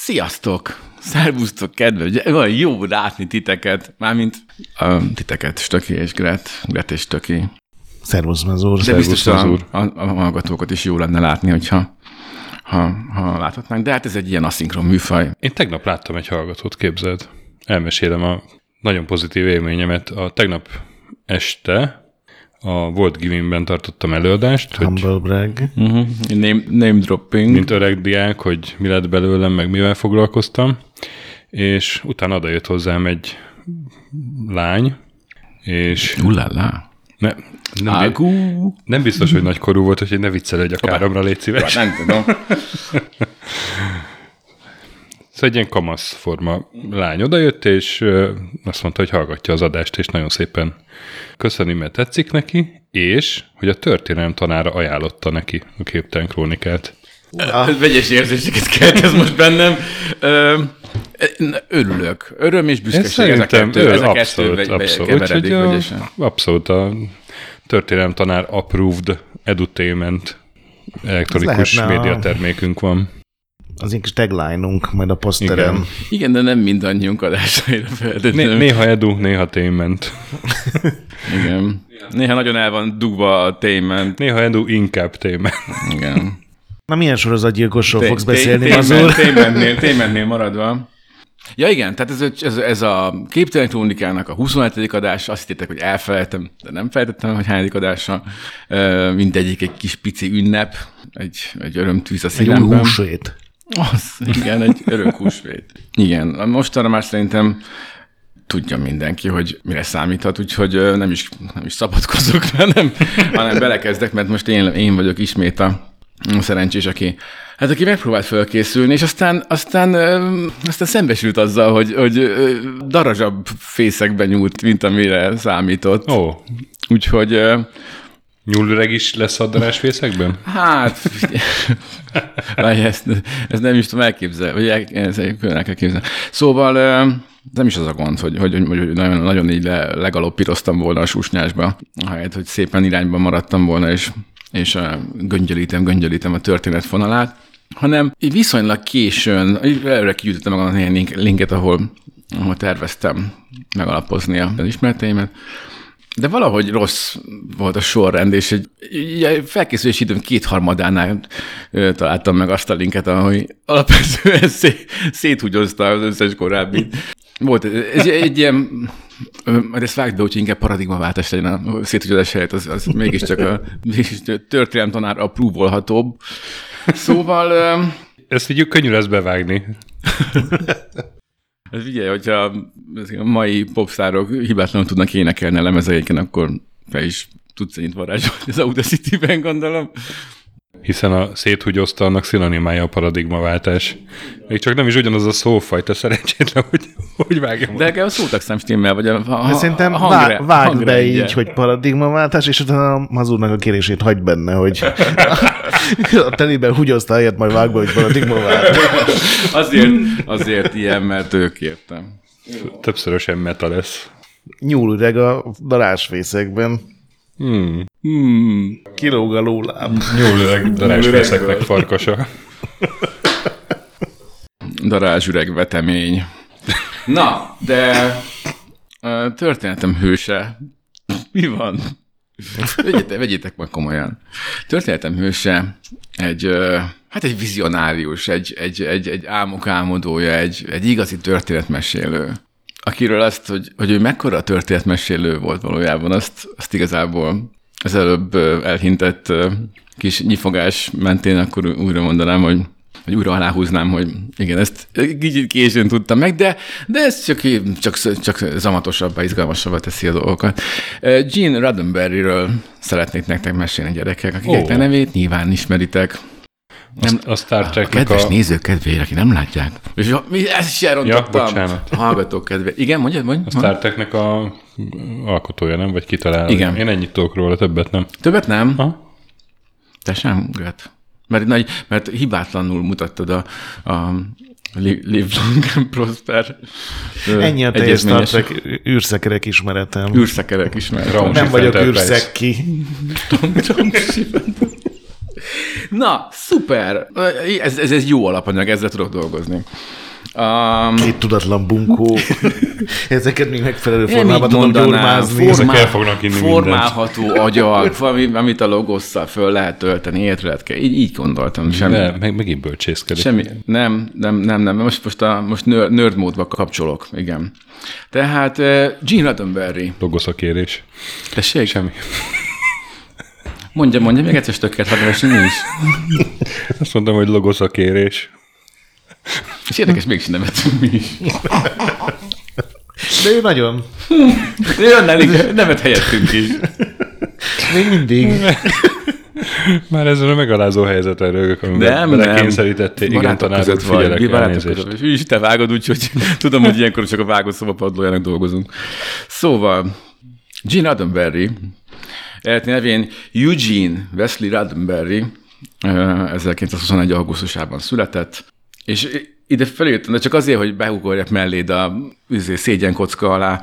Sziasztok! Szervusztok, kedves! Olyan jó látni titeket, mármint titeket, Stöki és Gret és Stöki. Szervusz, Mazur. De biztos a hallgatókat is jó lenne látni, hogyha ha láthatnánk, de hát ez egy ilyen aszinkron műfaj. Én tegnap láttam egy hallgatót, képzeld. Elmesélem a nagyon pozitív élményemet. A tegnap este a Volt Givingben tartottam előadást. Humble brag. Name dropping. Mint öreg diák, hogy mi lett belőlem, meg mivel foglalkoztam. És utána oda jött hozzám egy lány, és... Ulala. Nem biztos, hogy nagykorú volt, hogy ne viccelj egy a káromra, légy szíves. Nem tudom. Szóval egy ilyen kamasz forma lány odajött, és azt mondta, hogy hallgatja az adást, és nagyon szépen köszöni, mert tetszik neki, és hogy a történelem tanára ajánlotta neki a Képtelen Krónikát. Vegyes érzéseket kelt ez most bennem. Örülök. Öröm és büszkeség. Abszolút. Abszolút a történelem tanár approved edutainment elektronikus médiatermékünk van. Az én kis tagline-unk majd a poszteren. Igen, de nem mindannyiunk adásaira feltétlenül. Néha edu, néha tainment. Igen. Néha nagyon el van dugva a tainment. Néha edu, inkább tainment. Igen. Na milyen sorozatgyilkosról fogsz beszélni, Mazur? Tainmentnél maradva. Ja igen, tehát ez a Képtelen Krónikának a 27. adás, azt hittétek, hogy elfelejtem, de nem felejtettem, hogy hányadik adása. Mindegyik egy kis pici ünnep, egy örömtűz a szívemben. Egy új húsvét. Igen, egy örök húsvét. Igen, mostanra már szerintem tudja mindenki, hogy mire számíthat, úgyhogy nem is szabadkozok, hanem belekezdek, mert most én vagyok ismét a szerencsés, aki megpróbált felkészülni, és aztán szembesült azzal, hogy darazsabb fészekben nyúlt, mint amire számított. Ó. Úgyhogy... Nyúlüreg is lesz a darásfészekben? Hát, ezt nem is tudom elképzelni, vagy ezt el kell képzelni. Szóval nem is az a gond, hogy nagyon így legaloppíroztam volna a susnyásba, ahelyett, hogy szépen irányban maradtam volna, és göngyölítem a történet fonalát, hanem viszonylag későn, előre kiütöttem magam a linket, ahol terveztem megalapozni az ismereteimet, de valahogy rossz volt a sorrend, és egy felkészülési időm 2/3 találtam meg azt a linket, ahogy alapvetően széthúgyozta az összes korábbi. Volt egy ilyen, majd ezt vágd be, hogy inkább paradigmaváltás legyen a széthúgyozás helyett, az mégiscsak a történelem tanár approvalhatóbb. Szóval... Ezt így könnyű lesz bevágni. Ez figyelj, hogyha a mai popstárok hibátlanul tudnak énekelni a lemezeiken, akkor fel is tudsz ennyit varázsolni az Audacity-ben, gondolom. Hiszen a széthúgyozta annak szinonimája a paradigmaváltás. Még csak nem is ugyanaz a szófajta, szerencsétlen, hogy vágjam. De legalább a szótagszám stimmel, vagy a szerintem vágd be így, hogy paradigmaváltás, és utána a Mazurnak a kérését hagyd benne, hogy a teliben húgyozta helyett, majd vágd be, hogy paradigmaváltás. Azért ilyen, mert ők értem. Többszörösen meta lesz. Nyúlüreg a darásfészekben. Kilóg a lóláb. Nyúlüreg darásfészeknek farkasa. Darázsüreg vetemény. Na, de történetem hőse. Mi van? Vegyétek meg komolyan. Történetem hőse egy vizionárius, egy álmok álmodója, egy igazi történetmesélő. Akiről azt, hogy ő mekkora történetmesélő volt valójában, azt igazából az előbb elhintett kis nyifogás mentén akkor újra mondanám, hogy újra aláhúznám, hogy igen, ezt kicsit későn tudtam meg, de ez csak zamatosabbá, izgalmasabbá teszi a dolgokat. Gene Roddenberryről szeretnék nektek mesélni, gyerekek, akik a nevét nyilván ismeritek. A Star Trek-nek kedves nézők kedvére, aki nem látják. És ezt is elrontottam. Ja, bocsánat. Hallgatók kedvére. Igen, mondjad? A Star Trek-nek a alkotója, nem? Vagy kitalálja. Igen. Én ennyit tudok róla, többet nem. Többet nem? Ha? Te sem, Gret? Mert hibátlanul mutattad a Live Long and Prosper. Ennyi a teljes Star Trek űrszekerek ismeretem. Űrszekerek ismeretem. Nem vagyok űrszekki. Na, szuper! Ez jó alapanyag, ezzel tudok dolgozni. Két tudatlan bunkó. Ezeket még megfelelő formában tudom gyurmázni. Formálható agyak, amit a logosszal föl lehet tölteni, értületkel. Így gondoltam. Megint bölcsészkedik. Semmi. Nem. Most nerd módba kapcsolok. Igen. Tehát Gene Roddenberry. Logoszakérés. Tessék? Semmi. Mondja még egyszer stökket, hadd mi is. Azt mondtam, hogy logoszakérés. És érdekes, mégsem nevetünk mi is. De ő nagyon. Nevet helyettünk is. Még mindig. Már ezen a megalázó helyzeten rögök, amiben belekényszerítették. Igen, tanár úr, figyelek, elnézést. És te vágod, úgyhogy tudom, hogy ilyenkor csak a vágószoba padlójának dolgozunk. Szóval, Gene Roddenberry, eredeti nevén Eugene Wesley Roddenberry, 1921. augusztusában született, és ide felírtam, de csak azért, hogy beugorjak melléd a szégyenkocka alá,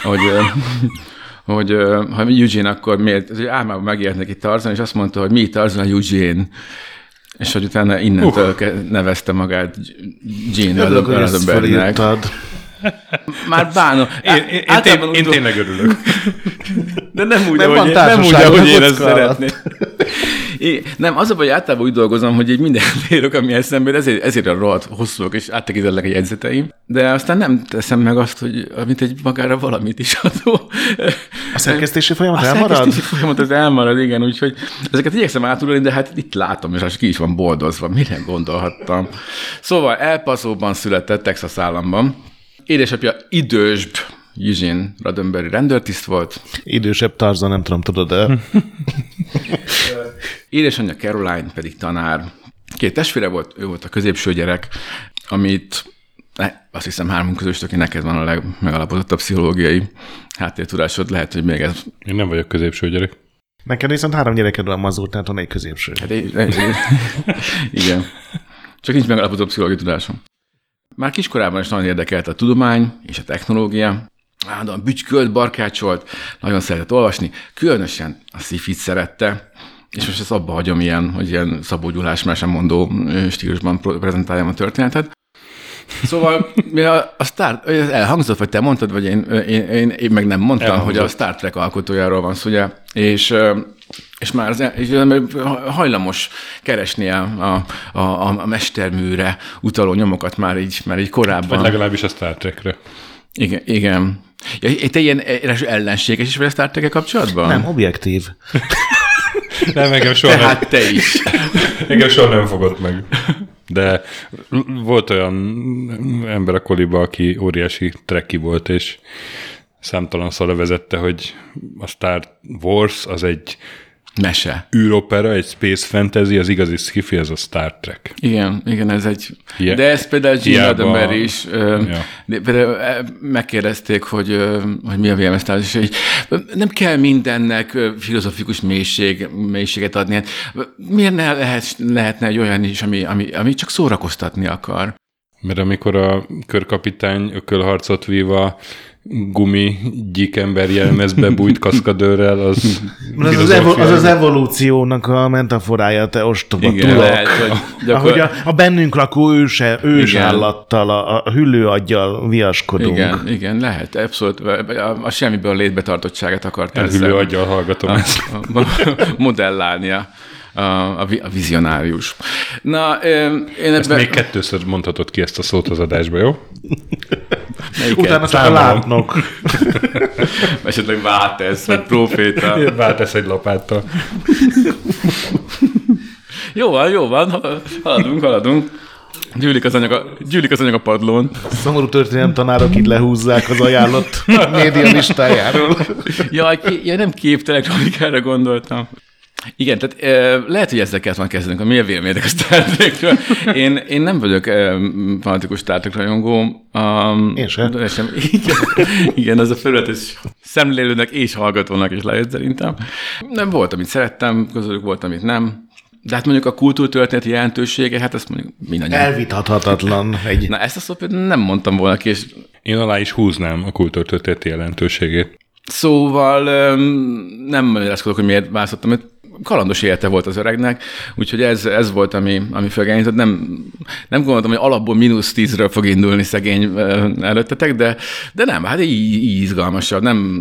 hogy ha Eugene, akkor miért, álmában megjelent neki Tarzan, és azt mondta, hogy mi Tarzan a Eugene, és hogy utána innentől nevezte magát Gene Roddenberrynek. Már bánom. Én tényleg örülök. De nem úgy, ahogy én ezt szeretném. Nem, az a baj, általában úgy dolgozom, hogy így mindent írok, ami eszembe, ezért a rohadt hosszúak, és áttekintettek a jegyzeteim. De aztán nem teszem meg azt, hogy mint egy magára valamit is adó. A szerkesztési folyamat elmarad? A szerkesztési folyamat az elmarad, igen, úgyhogy ezeket igyekszem átudolni, de hát itt látom, és ki is van boldozva, mire gondolhattam. Szóval El Pasoban született, Texas államban. Édesapja idősbb Eugene Roddenberry rendőrtiszt volt. Idősebb Tarzan, nem tudom, tudod-e? Édesanyja Caroline pedig tanár. 2 testvére volt, ő volt a középső gyerek, amit azt hiszem 3 közös, aki neked van a legmegalapozottabb pszichológiai háttértudásod, lehet, hogy még ez... Én nem vagyok középső gyerek. Neked viszont 3 gyereked van, Mazur, tehát van egy középső. Hát igen. Csak nincs megalapozott pszichológiai tudásom. Már kiskorában is nagyon érdekelt a tudomány és a technológia. Állandóan bütykölt, barkácsolt, nagyon szeretett olvasni, különösen a sci-fit szerette, és most ezt abba hagyom hogy ilyen Szabó Gyulás már sem mondó stílusban prezentáljam a történetet. Szóval ez elhangzott, vagy te mondtad, vagy én meg nem mondtam, elhangzott, hogy a Star Trek alkotójáról van szó, ugye, és már hajlamos keresni a mesterműre utaló nyomokat már így korábban. Vagy legalábbis a Star Trekre. Igen. Ja, te ilyen ellenséges is vagy a Star Trek-e kapcsolatban? Nem, objektív. Nem, engem soha tehát te is. Engem soha nem fogott meg. De volt olyan ember a koliba, aki óriási trekki volt, és számtalanszor levezette, hogy a Star Wars az egy mese. űropera, egy space fantasy, az igazi sci-fi, az a Star Trek. Igen, ez egy... De ez például Gene Roddenberry is. Például megkérdezték, hogy mi a véleményeztés, és így, nem kell mindennek filozofikus mélységet adni. Hát, miért ne lehetne egy olyan is, ami csak szórakoztatni akar? Mert amikor a körkapitány ökölharcot vív a gumi gyíkember jelmezbe bújt kaszkadőrrel, az az evolúciónak a metaforája, te ostoba tulak. Ahogy a bennünk lakó ősállattal, a hüllőaggyal viaskodunk. Igen, lehet. Abszolút. A semmiből létbetartottságát akartál. A hüllőaggyal hallgatom ezt. Modellálnia. A vizionárius. Na, ezt még 2-ször mondhatod ki ezt a szót az adásba, jó? Utána csak látnok. Esetleg Váltesz, vagy Proféta. Váltesz egy lapáttal. Jó van, haladunk. Gyűlik az anyag a padlón. Szomorú történelem tanárok itt lehúzzák az ajánlott média listájáról. Ja, nem képtelen kronikára gondoltam. Igen, tehát lehet, hogy ezzel kellett kezdenünk, hogy mi a véleményedek a Star Trekről. Én nem vagyok fanatikus Star Trek rajongó. Én sem. Igen, az a felületes szemlélőnek és hallgatónak is lehet szerintem. Nem volt, amit szerettem, közülük volt, amit nem. De hát mondjuk a kultúrtörténeti jelentősége, hát ezt mondjuk mindannyian. Elvitathatatlan. Na ezt a szót nem mondtam volna ki, és... Én alá is húznám a kultúrtörténeti jelentőségét. Szóval nem magyarázkodok, hogy miért választottam őt. kalandos élete volt az öregnek, úgyhogy ez volt, ami felgányított. Nem gondoltam, hogy alapból -10-ről fog indulni szegény előttetek, de nem, hát így izgalmasabb.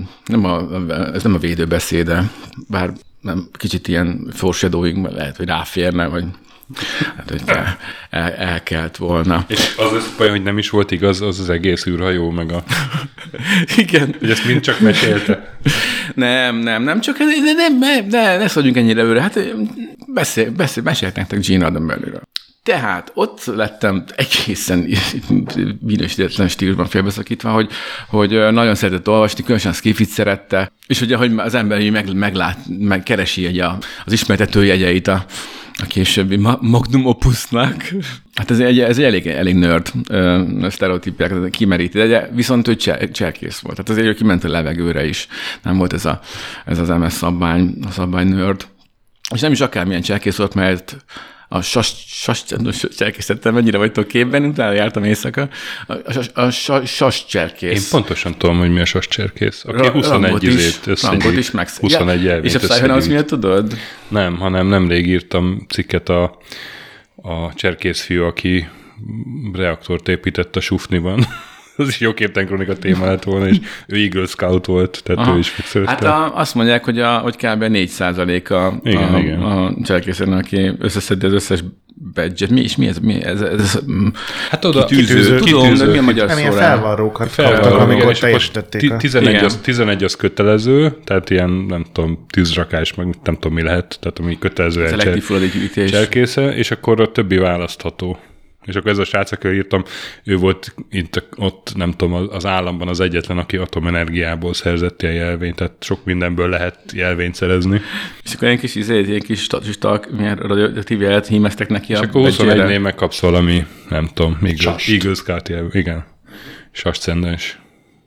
Ez nem a védőbeszéde, bár nem, kicsit ilyen foreshadowing lehet, hogy ráférne, vagy hát, hogy elkelt volna. És az baj, hogy nem is volt igaz az egész űrhajó, meg a... Igen. Hogy ezt mind csak mesélte. Nem, csak ne szaladjunk ennyire előre. Hát meséltek nektek Gene Roddenberryről. Tehát ott lettem egészen minősítetlen stílusban félbeszakítva, hogy nagyon szeretett olvasni, különösen a Skiffit szerette, és ugye, hogy az ember megkeresi az ismertető jegyeit a későbbi magnum opusnak. Hát ez egy elég nerd sztereotípiák kimeríti, de viszont ő cserkész volt. Tehát azért ő kiment a levegőre is. Nem volt ez az MS szabvány nerd. És nem is akármilyen cserkész volt, mert a cserkészettel mennyire vagytok képben, utána jártam éjszaka. A cserkész. Én pontosan tudom, hogy mi a cserkész. Aki 21 izét rangot is 21 jelvényt. És a Psychonauts miért tudod? Nem, hanem nemrég írtam cikket a cserkész fiú, aki reaktort épített a Sufniban. Az is Jóképtelen Kronika téma lett volna, és ő Eagle Scout volt, tehát ő is megszerezte. Hát azt mondják, hogy kb. 4% a cselkészőnek, aki összeszedi az összes badge-et. Mi ez? Hát oda kitűző. Tudom, de mi a magyar szóra? Ilyen felvarrókat kaptak, amikor teljesítették. 11 az kötelező, tehát ilyen, nem tudom, tűzrakás, meg nem tudom mi lehet, tehát ami kötelező cselkésze, és akkor a többi választható. És akkor ez a srác, akire írtam, ő volt ott, nem tudom, az államban az egyetlen, aki atomenergiából szerzett ilyen jelvényt, tehát sok mindenből lehet jelvényt szerezni. És akkor ilyen kis milyen radioaktív jelet hímeztek neki és a akkor 21-nél megkapsz valami, nem tudom, Eagle Scout jelvény. Igen. Sascendens.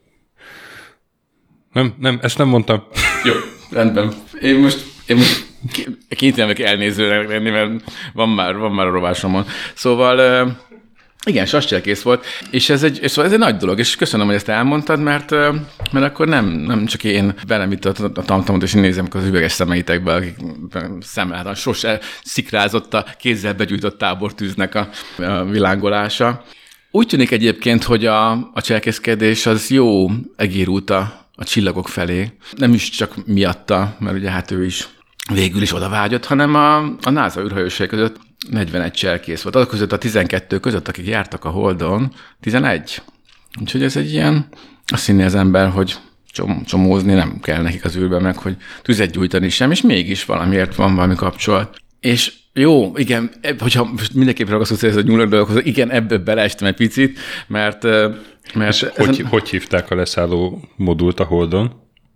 Nem, ezt nem mondtam. Jó, rendben. Én most kénytelenek elnézőnek lenni, mert van már a rovásomon. Szóval igen, sascselkész volt, és ez egy nagy dolog, és köszönöm, hogy ezt elmondtad, mert akkor nem csak én velem itt a tamtamot, és én nézem az üveges szemeitekbe, akik szemlátlan sose szikrázott a kézzel begyújtott tábortűznek a világolása. Úgy tűnik egyébként, hogy a cselkészkedés az jó egérút a csillagok felé. Nem is csak miatta, mert ugye hát ő is végül is oda vágyott, hanem a NASA űrhajósai között 41 cselkész volt. Azok között a 12 között, akik jártak a Holdon, 11. Úgyhogy ez egy ilyen, azt hinné az ember, hogy csomózni nem kell nekik az űrbe, meg hogy tüzet gyújtani sem, és mégis valamiért van valami kapcsolat. És jó, igen, hogyha most mindenképpen ragaszkodsz ez a nyúlak dolgokhoz, igen, ebből beleestem egy picit, mert hogy hívták a leszálló modult a Holdon?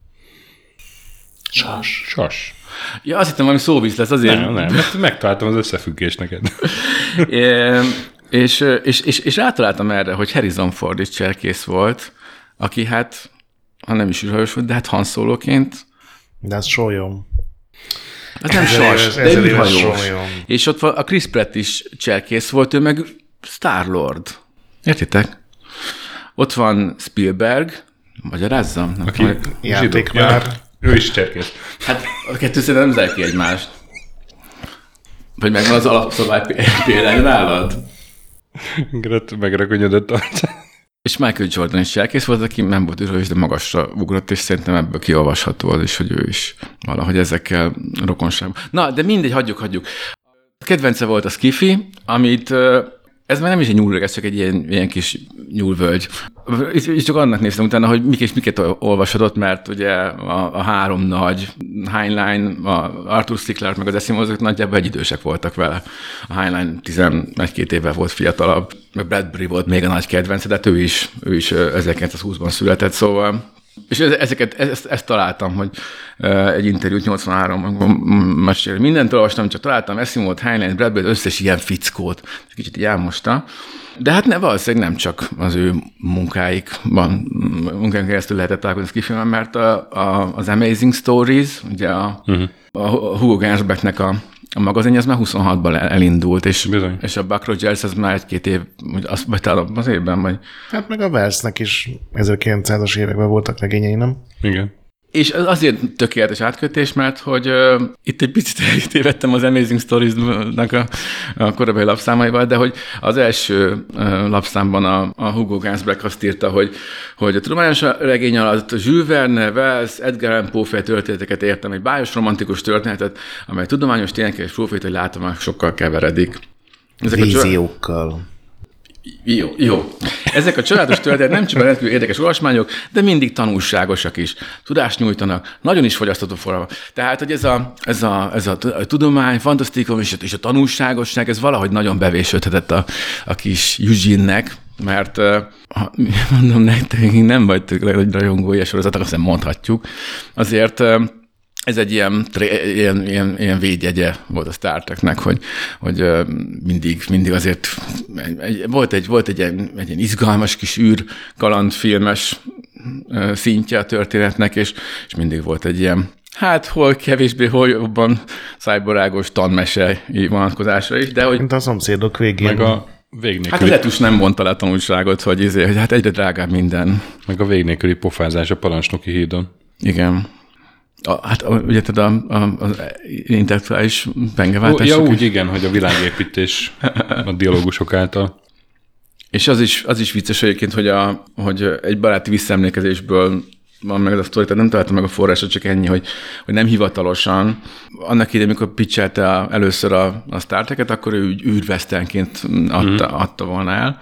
Sas. Ja, azt hittem, valami szóvíz lesz azért. Nem, megtaláltam az összefüggést neked. és rátaláltam erre, hogy Harrison Ford is cselkész volt, aki hát, ha nem is űrhajós volt, de hát Han Soloként. De az sólyom. Az nem sas, de űrhajós. És ott a Chris Pratt is cselkész volt, ő meg Star-Lord. Értitek? Ott van Spielberg, magyarázzam? Aki játék már. Ő is cserkész. Hát a kettő szerintem nem zár ki egymást. Vagy megvan az alapszabály példány nálad? Megrakonyodott arcán. És Michael Jordan is cselkész volt, aki nem volt űrhajós, de magasra ugrott, és szerintem ebből kiolvasható az is, hogy ő is valahogy ezekkel rokonságban. Na, de mindegy, hagyjuk. A kedvence volt a Skiffy, amit... Ez már nem is egy nyúlvölgy, ez csak egy ilyen kis nyúlvölgy. És csak annak néztem utána, hogy miket olvashatott, mert ugye a három nagy Heinlein, Arthur C. Clarke meg az Asimov, nagyjából egyidősek voltak vele. A Heinlein 11-2 évvel volt fiatalabb, meg Bradbury volt még a nagy kedvence, de ő is 1920-ban született, szóval... És ezt találtam, hogy egy interjút 83-ban mesél. Mindent olvastam, csak találtam Asimov, Heinlein, Bradbury, összes ilyen fickót. Kicsit így elmosta. De hát valószínűleg nem csak az ő munkán keresztül lehetett találkozni Skiffyben, mert az Amazing Stories, ugye a Hugo Gernsbacknek a magazinja, az már 26-ban elindult, és a Buck Rogers az már 1-2 év, vagy talán az évben, vagy... Hát meg a Wells-nek is 1900-as években voltak regényei, nem? Igen. És azért tökéletes átkötés, mert hogy itt egy picit tévedtem az Amazing Stories-nak a korábbi lapszámaival, de hogy az első lapszámban a Hugo Gernsback azt írta, hogy a tudományos regény alatt Jules Verne, Wells, Edgar Allan Poe történeteket értem, egy bájos romantikus történetet, amely tudományos tényekkel és profétai látomásokkal keveredik. Víziókkal. Jó. Ezek a családos történetek nem csak rendkívül érdekes olvasmányok, de mindig tanulságosak is. Tudást nyújtanak, nagyon is fogyasztható forma. Tehát, hogy ez a tudomány, fantasztikum és a tanulságosság, ez valahogy nagyon bevésődhetett a kis Eugene-nek, mert mondom nektek, nem vagytok nagy rajongói a sorozatnak, azt nem mondhatjuk. Azért ez egy ilyen védjegye volt a Star Treknek, hogy mindig azért volt egy ilyen izgalmas kis kalandfilmes szintje a történetnek, és mindig volt egy ilyen, hát hol kevésbé, hol jobban szájbarágos tanmesei vonatkozásra is, de hogy... Mint a szomszédok végén. Meg a végnélküli... Hát a Letus nem mondta le a tanulságot, hogy hát egyre drágább minden. Meg a végnélküli pofázás a Parancsnoki hídon. Igen. Hát ugye az intellektuális pengeváltás. Ja, úgy igen, hogy a világépítés a dialógusok által. És az is vicces egyébként, hogy egy baráti visszaemlékezésből van meg ez a sztori, tehát nem találtam meg a forrásot, csak ennyi, hogy nem hivatalosan. Annak idején, amikor pitchelte először a Star Trek-et, akkor ő űrvesztenként adta volna el,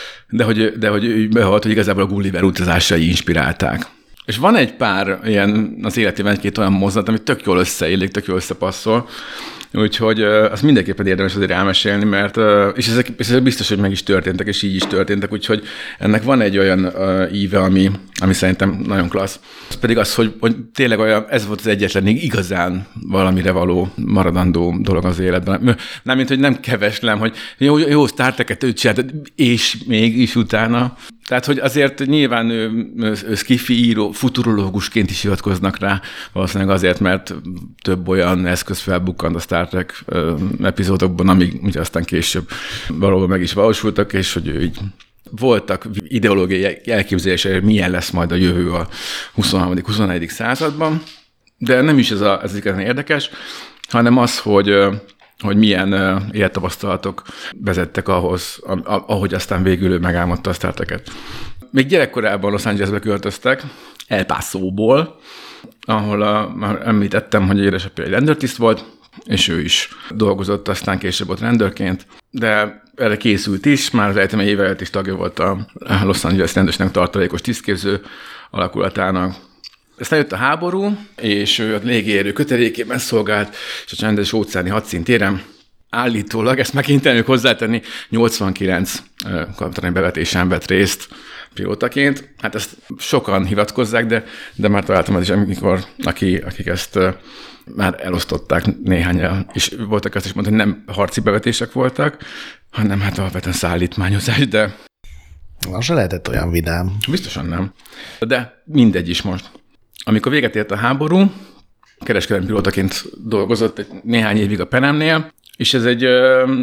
de hogy ő behalt, hogy igazából a Gulliver utazásai inspirálták. És van egy pár ilyen az életében egy-két olyan mozzanat, ami tök jól összeillik, tök jól összepasszol, úgyhogy azt mindenképpen érdemes azért elmesélni, mert és ezek biztos, hogy meg is történtek, és így is történtek, úgyhogy ennek van egy olyan íve, ami szerintem nagyon klassz. Az pedig az, hogy tényleg olyan, ez volt az egyetlen igazán valamire való maradandó dolog az életben. Nem, mint hogy nem keveslem, hogy jó Star Trek-et ő csinált, és mégis utána. Tehát, hogy azért nyilván ő sci-fi író, futurológusként is hivatkoznak rá, valószínűleg azért, mert több olyan eszköz felbukkant a Star Trek epizódokban, amíg ugye aztán később valóban meg is valósultak, és hogy ő így voltak ideológiai elképzelései, hogy milyen lesz majd a jövő a 23.-21. században, de nem is ez igazán érdekes, hanem az, hogy milyen élettapasztalatok vezettek ahhoz, ahogy aztán végül ő megálmodta a Star Trek-et. Még gyerekkorában Los Angelesbe költöztek, El Pasoból, ahol már említettem, hogy édesapja egy rendőrtiszt volt, és ő is dolgozott, aztán később ott rendőrként, de erre készült is, már az egyetemi éve is tagja volt a Los Angeles rendőrségnek tartalékos tisztképző alakulatának. Aztán jött a háború, és ő a légierő kötelékében szolgált, és a csendes óceáni hadszintéren állítólag, ezt megint elnök hozzátenni, 89 katonai bevetésen vett részt pilótaként. Hát ezt sokan hivatkozzák, de már találtam az is, akik ezt már elosztották néhányan, és voltak azt is mondani, hogy nem harci bevetések voltak, hanem hát alapvetően szállítmányozás, de... Az se lehetett olyan vidám. Biztosan nem. De mindegy is most. Amikor véget ért a háború, kereskedelmi pilótaként dolgozott néhány évig a Panemnél, és ez egy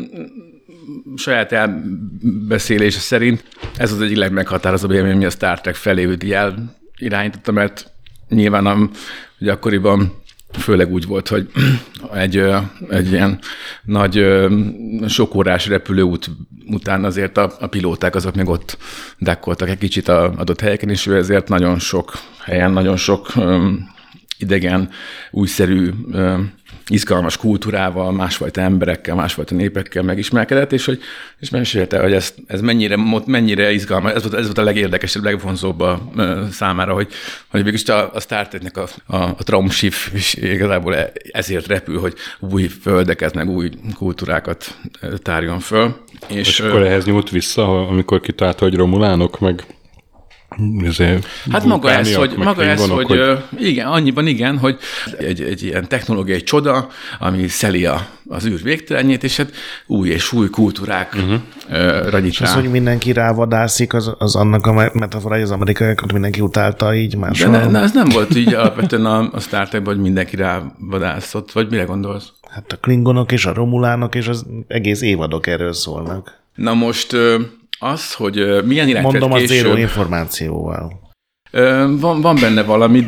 saját elbeszélése szerint ez az egyik legmeghatározóbb élmény, ami a Star Trek felé őt irányította, mert nyilván ugye akkoriban főleg úgy volt, hogy egy ilyen nagy sokórás repülőút után azért a pilóták azok még ott dekkoltak egy kicsit adott helyeken, és ő ezért nagyon sok helyen, nagyon sok idegen, újszerű, izgalmas kultúrával, másfajta emberekkel, másfajta népekkel megismerkedett, és mesélte, hogy ez mennyire izgalmas, ez volt a legérdekesebb, legvonzóbb számára, hogy végülis a Star Treknek a Traumschiff is igazából ezért repül, hogy új földeket, meg új kultúrákat tárjon föl. És akkor ehhez nyúlt vissza, amikor kitalálta, hogy romulánok, meg... Hát maga ez, hogy igen, annyiban igen, hogy egy ilyen technológiai csoda, ami szeli az űr végtelenjét, és hát új és új kultúrák ragyítál. És az, hogy mindenki rávadászik, az annak a metaforája, az amerikaiakat mindenki utálta így máshol. De ez nem volt így alapvetően a Star Trekben, hogy mindenki rávadászott, vagy mire gondolsz? Hát a klingonok és a romulánok és az egész évadok erről szólnak. Na most... az, hogy milyen irányt mondom vett később... Mondom az zéró információval. Van benne valami,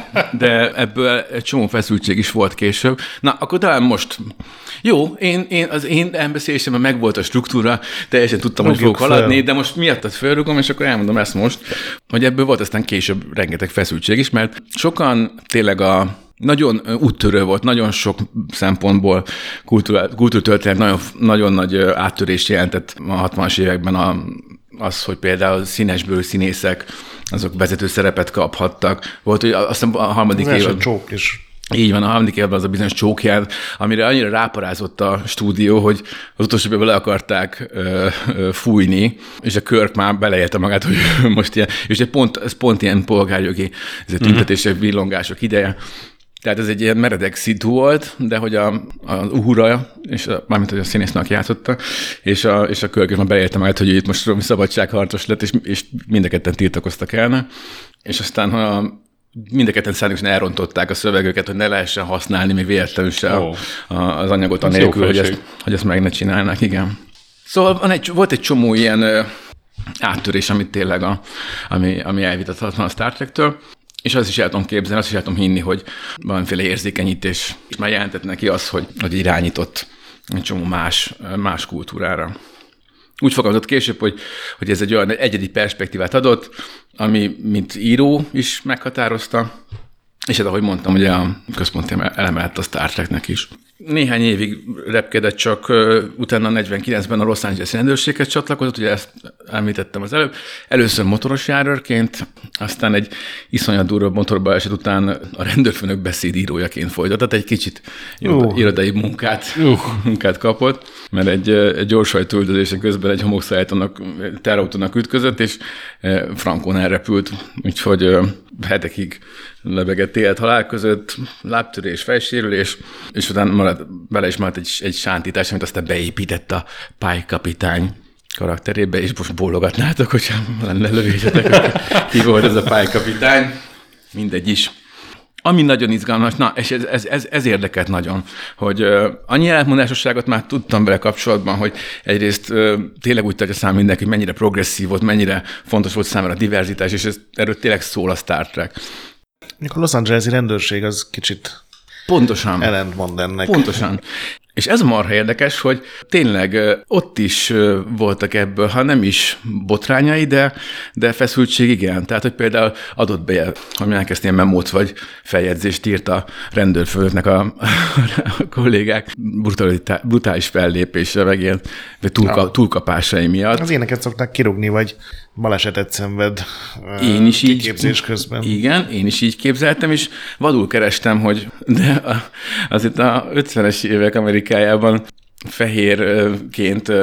de ebből egy csomó feszültség is volt később. Na, akkor talán most. Jó, az én elbeszélésemben megvolt a struktúra, teljesen tudtam, hogy fogok haladni, de most miattad fölrugom, és akkor elmondom ezt most, hogy ebből volt aztán később rengeteg feszültség is, mert sokan tényleg nagyon úttörő volt, nagyon sok szempontból kultúrtörténet nagyon, nagyon nagy áttörést jelentett a 60-as években az, hogy például színesbőrű színészek, azok vezető szerepet kaphattak. Volt, hogy azt hiszem a harmadik évben... csók is. Így van, a harmadik évben az a bizonyos csókjel, amire annyira ráparázott a stúdió, hogy az utolsó évben le akarták fújni, és a Kirk már beleélte magát, hogy most ilyen, és ez pont ilyen polgárjogi tüntetések, villongások ideje. Tehát ez egy ilyen meredek szitu volt, de hogy az Uhura, és mármint, hogy a színésznőnek játszotta, és a Kirk is már beleélte magát, hogy itt most szabadságharcos lett, és mind a ketten tiltakoztak elne. És aztán, ha mind a ketten szándékosan elrontották a szövegöket, hogy ne lehessen használni még véletlenül se az anyagot anélkül, hogy ezt meg ne csinálnák, igen. Szóval volt egy csomó ilyen áttörés, amit tényleg ami elvitathatatlan a Star Trek-től, és azt is el tudom képzelni, azt is el tudom hinni, hogy valamiféle érzékenyítés már jelentett neki az, hogy irányított egy csomó más kultúrára. Úgy fogalmazott később, hogy ez egy olyan egyedi perspektívát adott, ami mint író is meghatározta, és ez, ahogy mondtam, ugye a központi eleme lett a Star Treknek is. Néhány évig repkedett, csak utána 49-ben a Los Angeles rendőrséghez csatlakozott, ugye ezt említettem az előbb. Először motoros járőrként, aztán egy iszonyat durva motorbaleset után a rendőrfőnök beszédírójaként folytatott, egy kicsit irodai munkát kapott, mert egy gyorshajtóüldözésen közben egy homokszállátónak, terautónak ütközött, és frankon elrepült, úgyhogy hetekig lebegett élet-halál között, lábtörés, fejsérülés, és utána bele is maradt egy sántítás, amit aztán beépített a Pike kapitány karakterébe, és most bólogatnátok, hogyha lelövésetek, hogy ki volt ez a Pike kapitány. Mindegy is. Ami nagyon izgalmas, na, és ez érdekelt nagyon, hogy annyi ellentmondásosságot már tudtam vele kapcsolatban, hogy egyrészt tényleg úgy tartja számít mindenki, hogy mennyire progresszív volt, mennyire fontos volt számára a diverzitás, és erről tényleg szól a Star Trek. A Los Angeles-i rendőrség az kicsit pontosan ellentmond ennek. Pontosan. És ez marha érdekes, hogy tényleg ott is voltak ebből, ha nem is botrányai, de feszültség igen. Tehát, hogy például adott be, hogy elkezdte ilyen memót vagy feljegyzést írt a rendőrfőnöknek a kollégák brutális fellépésre, meg ilyen túlkapásai miatt. Az éneket szokták kirúgni, vagy balesetet szenved én is kiképzés közben. Igen, én is így képzeltem, és vadul kerestem, hogy de azért a 50-es évek Amerikájában fehérként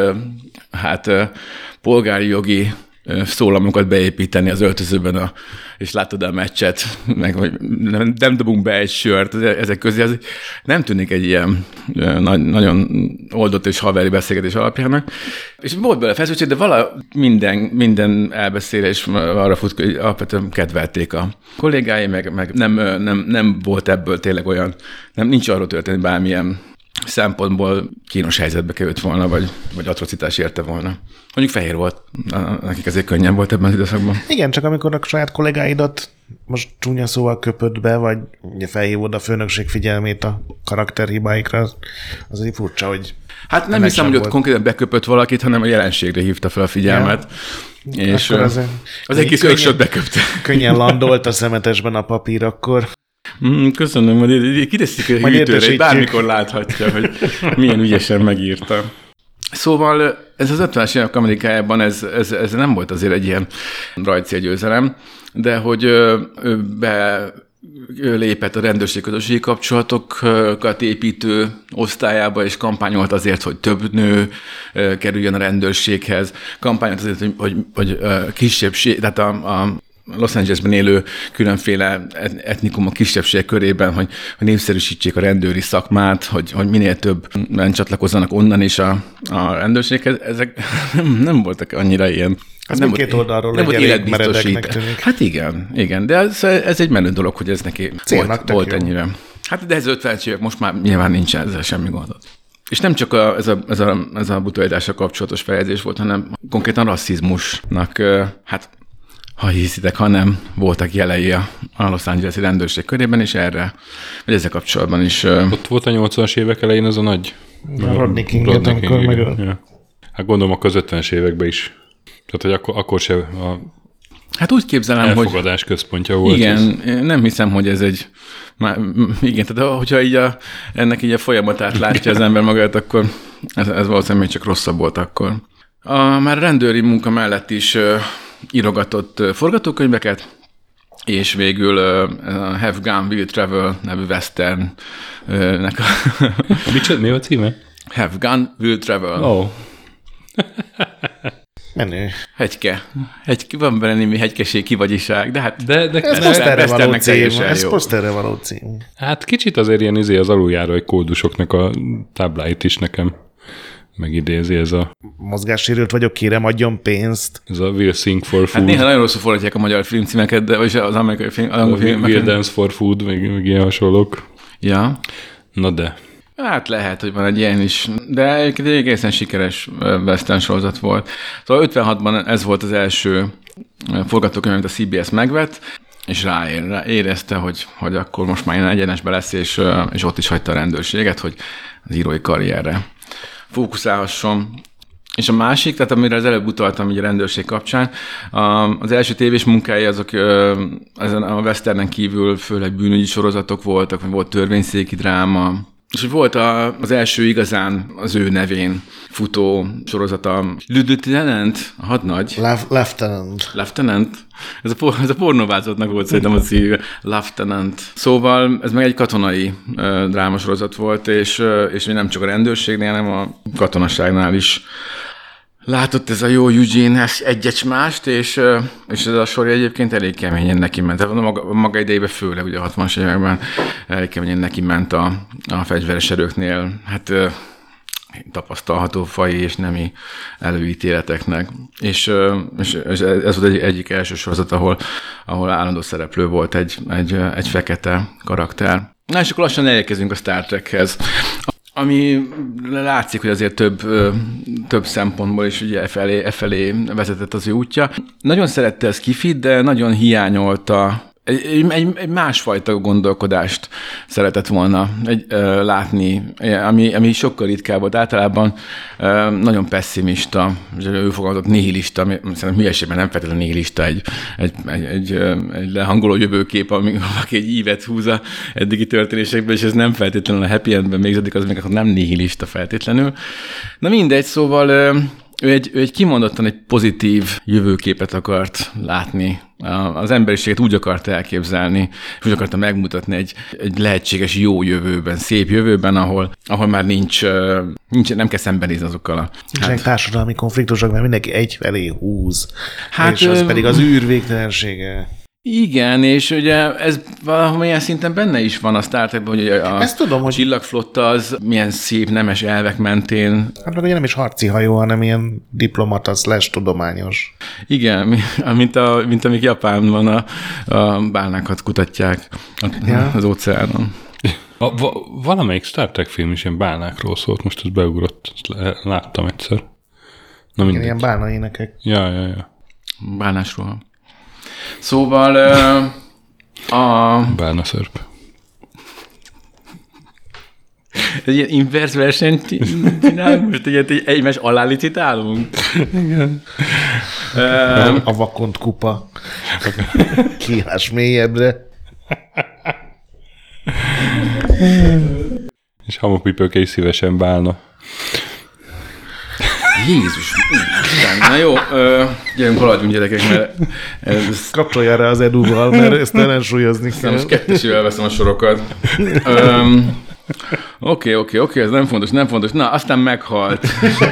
polgári jogi szólamokat beépíteni az öltözőben, és látod a meccset, meg hogy nem dobunk be egy sört, ezek közé az nem tűnik egy ilyen nagyon oldott és haveri beszélgetés alapjának. És volt bele feszültség, de minden elbeszélés arra fut, hogy alapvetően kedvelték a kollégái, meg nem volt ebből tényleg olyan, nincs arról történni bármilyen szempontból kínos helyzetbe került volna, vagy atrocitás érte volna. Mondjuk fehér volt, nekik azért könnyebb volt ebben az időszakban. Igen, csak amikor a saját kollégáidat most csúnya szóval köpött be, vagy ugye felhívod a főnökség figyelmét a karakterhibáikra, az egy furcsa, hogy... Hát nem hiszem, hogy ott konkrétan beköpött valakit, hanem a jelenségre hívta fel a figyelmet. Ja. És az egész őrsöt beköpte. Könnyen landolt a szemetesben a papír akkor. Köszönöm, hogy kiteszik a hűtőre, bármikor láthatja, hogy milyen ügyesen megírta. Szóval ez az 50-es évek Amerikájában ez nem volt azért egy ilyen rajtcélgyőzelem, de hogy belépett a rendőrség közösségi kapcsolatokat építő osztályába, és kampányolt azért, hogy több nő kerüljön a rendőrséghez, kampányolt azért, hogy kisebbség, tehát a Los Angelesben élő különféle etnikumok kisebbség körében, hogy népszerűsítsék a rendőri szakmát, hogy minél többen csatlakozzanak onnan is a rendőrséghez. Ezek nem voltak annyira ilyen. Ez nem két oldalról egy elég meredeknek tűnik. Hát igen, de ez egy menő dolog, hogy ez neki volt ennyire. Hát de ez 50-es évek, most már nyilván nincs ezzel semmi gondot. És nem csak ez a brutalitással kapcsolatos feljegyzés volt, hanem konkrétan rasszizmusnak, ha hiszitek, ha nem, voltak jelei a Los Angeles-i rendőrség körében, és erre, vagy ezzel kapcsolatban is. Ott volt a 80-as évek elején az a nagy... Rodney Kinget, amikor megölt. Ja. Hát gondolom a 50-es években is. Tehát, hogy akkor se a hát úgy képzelem, hogy... elfogadás központja volt. Igen, ez. Nem hiszem, hogy ez egy... Igen, tehát hogyha így ennek így a folyamatát látja az ember magát, akkor ez valószínűleg még csak rosszabb volt akkor. Már rendőri munka mellett is írogatott forgatókönyveket, és végül a Have Gun Will Travel nevű westernnek Mi a címe? Have Gun Will Travel. Oh. Menő. Hegyke. Van benne némi hegykeség, kivagyiság, de hát... De Ez poszterre való cím. Hát kicsit azért ilyen az aluljára egy kódusoknak a tábláit is nekem megidézi ez a... Mozgássérült vagyok, kérem, adjon pénzt. Ez a Will Sing for Food. Hát néha nagyon rosszul fordítják a magyar filmcímeket, de vagy az amerikai filmeket. Will Dance for Food, meg ilyen hasonlók. Ja. Na de... Hát lehet, hogy van egy ilyen is, de egyébként egy egészen sikeres western sorozat volt. Szóval 56-ban ez volt az első forgatókönyv, amit a CBS megvett, és ráérezte, hogy akkor most már ilyen egyenesbe lesz, és ott is hagyta a rendőrséget, hogy az írói karrierre fókuszálhasson. És a másik, tehát amire az előbb utaltam így a rendőrség kapcsán, az első tévés munkái azok ezen a westernen kívül főleg bűnügyi sorozatok voltak, vagy volt törvényszéki dráma, és volt az első igazán az ő nevén futó sorozata, Lieutenant, a hadnagy. Lieutenant. Ez a pornóvázatnak volt szerintem a címe, Lieutenant. Szóval ez meg egy katonai drámasorozat volt, és nem csak a rendőrségnél, hanem a katonaságnál is látott ez a jó Eugene egyet mást, és ez a sorja egyébként elég keményen neki ment. A maga idejében főleg ugye a 60-as években elég keményen neki ment a fegyveres erőknél, hát tapasztalható faji és nemi előítéleteknek. És ez volt egyik első sorozat, ahol állandó szereplő volt egy fekete karakter. Na és akkor lassan elérkezünk a Star Trekhez, ami látszik, hogy azért több szempontból is ugye e felé vezetett az ő útja. Nagyon szerette a skifit, de nagyon hiányolta, egy másfajta gondolkodást szeretett volna látni, ami sokkal ritkább volt. Általában nagyon pessimista, ő fogalmazott nihilista, szerintem hülyeségben nem feltétlenül nihilista, egy lehangoló jövőkép, aki egy ívet húz a eddigi történésekből, és ez nem feltétlenül a happy endben végződik, az még nem nihilista feltétlenül. Na mindegy, szóval ő egy kimondottan egy pozitív jövőképet akart látni. Az emberiséget úgy akart elképzelni, és úgy akarta megmutatni egy lehetséges jó jövőben, szép jövőben, ahol már nem kell szembenézni azokkal a... Nincsenek társadalmi konfliktusok, mert mindenki egyfelé húz. És az pedig az űr végtelensége. Igen, és ugye ez valamilyen szinten benne is van a Star Trekben, hogy a csillagflotta az milyen szép nemes elvek mentén. Hát meg ugye nem is harci hajó, hanem ilyen diplomata / tudományos. Igen, mint amik Japánban a bálnákat kutatják az óceánon. Valamelyik Star Trek film is ilyen bálnákról szólt, most ez beugrott, ezt láttam egyszer. Na, igen, ilyen bálna énekek. Ja. Bálnásról. Szóval Bálna szörp. egy ilyen inverse versenyt csinálunk, most egy egymás alá licitálunk. Igen. A vakond kupa. Kihás mélyebbre. És hamupipőke is szívesen bálna. Jézus, na jó, gyerünk, haladjunk gyerekek, mert kapcsolja rá az Edu-val, mert ezt ellensúlyozni kell. Most kettesével veszem a sorokat. Oké, ez nem fontos. Na, aztán meghalt.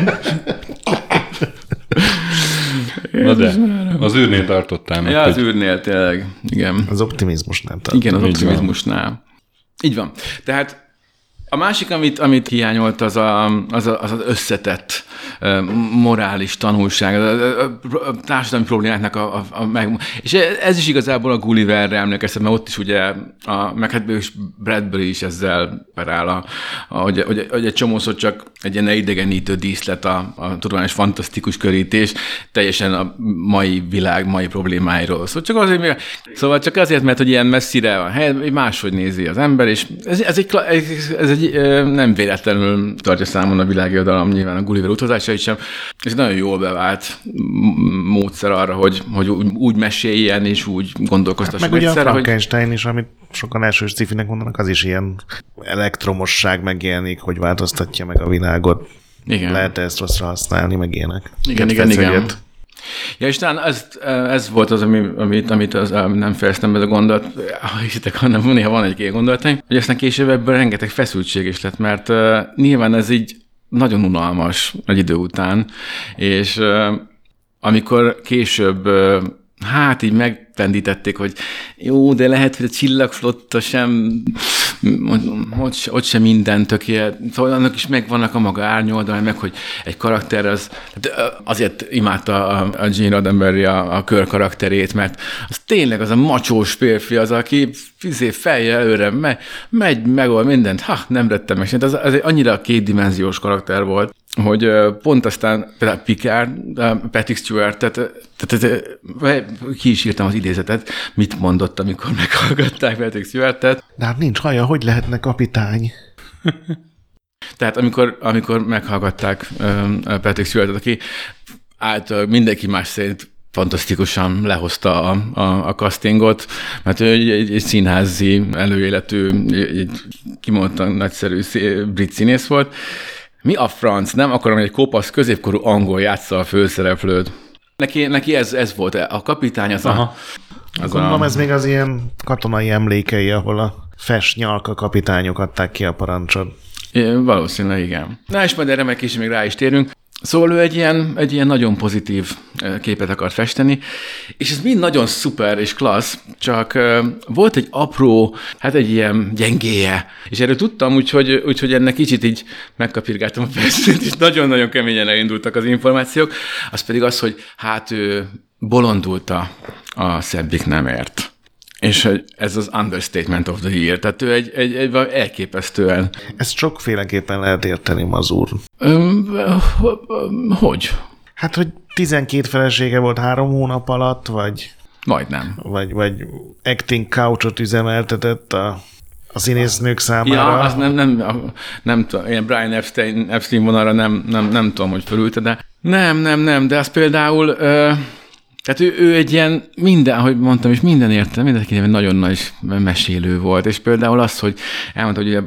Na de, az űrnél tartottál meg. Ja, az űrnél tényleg, igen. Az optimizmusnál tartottál. Igen, az optimizmusnál. Így van. Tehát A másik, amit hiányolt, az összetett morális tanulság, a társadalmi problémáknak és ez is igazából a Gulliverre emlékeztet, mert ott is ugye, meg hát Bradbury is ezzel perál, hogy egy csomószor csak egy ilyen idegenítő díszlet a tudományos fantasztikus körítés, teljesen a mai világ, mai problémáiról. Szóval csak azért, mert hogy ilyen messzire a hely, máshogy nézi az ember, és ez egy nem véletlenül tartja számon a világirodalom, nyilván a Gulliver utazásait sem, és nagyon jól bevált módszer arra, hogy úgy meséljen, és úgy gondolkoztasson meg egyszerre. Meg ugye a Frankenstein is, amit sokan elsős sci-finek mondanak, az is ilyen elektromosság megjelenik, hogy változtatja meg a világot. Igen. Lehet ezt rosszra használni, meg ilyenek. Igen. Ja, és talán ez volt az, amit nem fejeztem be a gondolat, hiszitek, hanem néha van egy-két gondolataim, hogy aztán később ebből rengeteg feszültség is lett, mert nyilván ez így nagyon unalmas egy idő után, és amikor később így megpendítették, hogy jó, de lehet, hogy a Csillagflotta sem, ott sem minden tökélet, szóval annak is megvannak a maga árnyoldalai, meg hogy egy karakter azért imádta a Gene Roddenberry a Kör karakterét, mert az tényleg az a macsós férfi, az, aki fejjel előre megy, megold mindent, nem rettem meg. Ez annyira kétdimenziós karakter volt, hogy pont aztán például Picard, Patrick Stewart, tehát ki is írtam az idézetet, mit mondott, amikor meghallgatták Patrick Stewartet. De hát nincs haja, hogy lehetne kapitány? Tehát amikor meghallgatták Patrick Stewartet, aki által mindenki más szerint fantasztikusan lehozta a castingot, mert ő egy színházi előéletű, egy kimondottan nagyszerű brit színész volt. Mi a franc? Nem akarom, hogy egy kopasz középkorú angol játsza a főszereplőt. Neki ez volt. A kapitány az Gondolom, ez még az ilyen katonai emlékei, ahol a fes nyalka kapitányok adták ki a parancsot. Valószínűleg igen. Na és majd erre meg később még rá is térünk. Szóval ő egy ilyen nagyon pozitív képet akart festeni, és ez mind nagyon szuper és klassz, csak volt egy apró, egy ilyen gyengéje, és erről tudtam, úgyhogy ennek kicsit így megkapirgáltam a festőt, és nagyon-nagyon keményen elindultak az információk, az pedig az, hogy ő bolondult a szebbik nemért. És ez az understatement of the year, tehát ő egy elképesztően... Ezt sokféleképpen lehet érteni, Mazur. Hogy? Hát, hogy 12 felesége volt 3 hónap alatt, vagy... Majdnem. Vagy acting couchot üzemeltetett a színésznők számára. Ja, az nem tudom, ilyen Brian Epstein vonalra nem tudom, hogy fölülte, de nem, de az például... Tehát ő egy ilyen minden, ahogy mondtam, és mindenki nagyon nagy mesélő volt, és például az, hogy elmondta, hogy ugye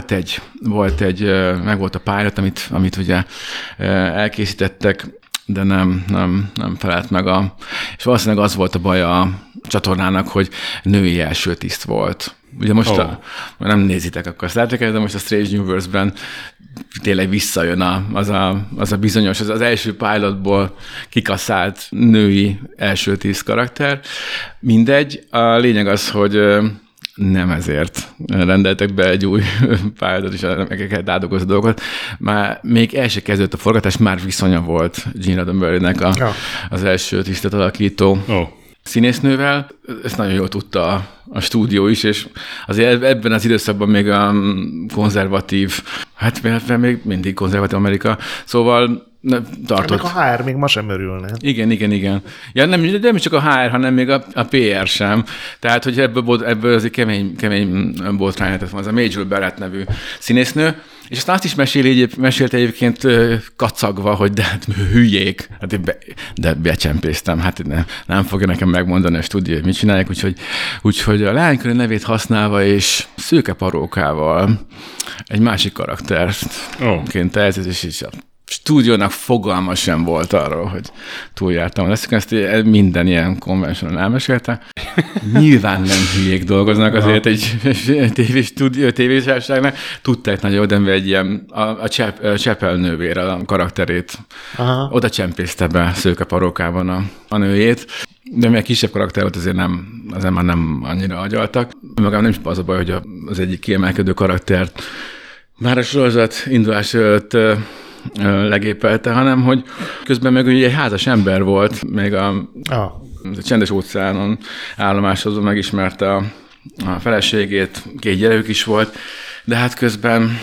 meg volt a pilot, amit ugye elkészítettek, de nem felelt meg és valószínűleg az volt a baj a csatornának, hogy női első tiszt volt. Ugye most nem nézitek, akkor azt látják, de most a Strange Universe-ben tényleg visszajön az a bizonyos, az első pilotból kikaszált női első 10 karakter. Mindegy, a lényeg az, hogy nem ezért rendeltek be egy új pilotot, és meg kell átdolgozni a dolgokat. Már még el se kezdődött a forgatás, már viszonya volt Gene Roddenberrynek az első tisztet alakító színésznővel. Ezt nagyon jól tudta a stúdió is, és azért ebben az időszakban még a konzervatív, még mindig konzervatív Amerika, szóval tartott. Ennek a HR még ma sem örülne. Igen. Ja, nem csak a HR, hanem még a PR sem. Tehát, hogy ebből azért kemény botrány lehetett volna. Az a Majel Barrett nevű színésznő, és aztán azt is mesélte egyébként kacagva, hogy de hát hülyék, de becsempésztem, nem fogja nekem megmondani a stúdió, hogy mit csinálják, úgyhogy a leánykörű nevét használva és szőke parókával egy másik karakterként és a stúdiónak fogalma sem volt arról, hogy túljártam. Ezt minden ilyen konvencionál elmesélte. Nyilván nem hülyék dolgoznak azért egy tévésárságnak. Tudták nagyon oda, egy ilyen a Chapel nővére a karakterét. Aha. Oda csempészte be szőke parókában a nőjét. De mivel kisebb karakter volt, azért már nem annyira agyaltak. Magam nem is az a baj, hogy az egyik kiemelkedő karaktert már a sorozat indulás előtt legépelte, hanem hogy közben meg ugye egy házas ember volt, még a Csendes óceánon állomásozó megismerte a feleségét, 2 gyerekük is volt, de hát közben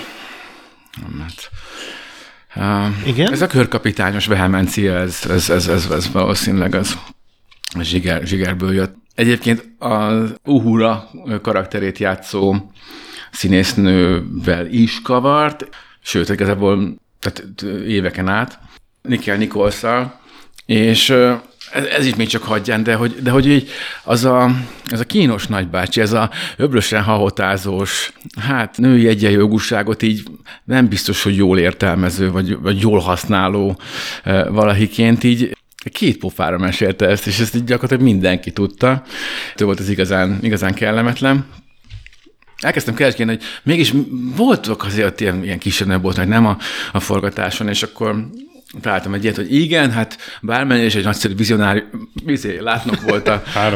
igen? Ez a körkapitányos vehemencia, ez valószínűleg az zsigerből jött. Egyébként az Uhura karakterét játszó színésznővel is kavart, sőt, igazából tehát éveken át, Nicole Nicholsszal, és ez is még csak hagyján, de hogy így ez a kínos nagybácsi, ez a öblösen hahotázós, hát női egyenjogúságot így nem biztos, hogy jól értelmező, vagy jól használó valakiként így 2 pofára mesélte ezt, és ezt így gyakorlatilag mindenki tudta. Ő volt az igazán kellemetlen. Elkezdtem keresgélni, hogy mégis voltak azért ilyen kisebb voltak, nem a forgatáson, és akkor találtam egy ilyet, hogy igen, hát bármennyire is egy nagyszerű vizionári látnok volt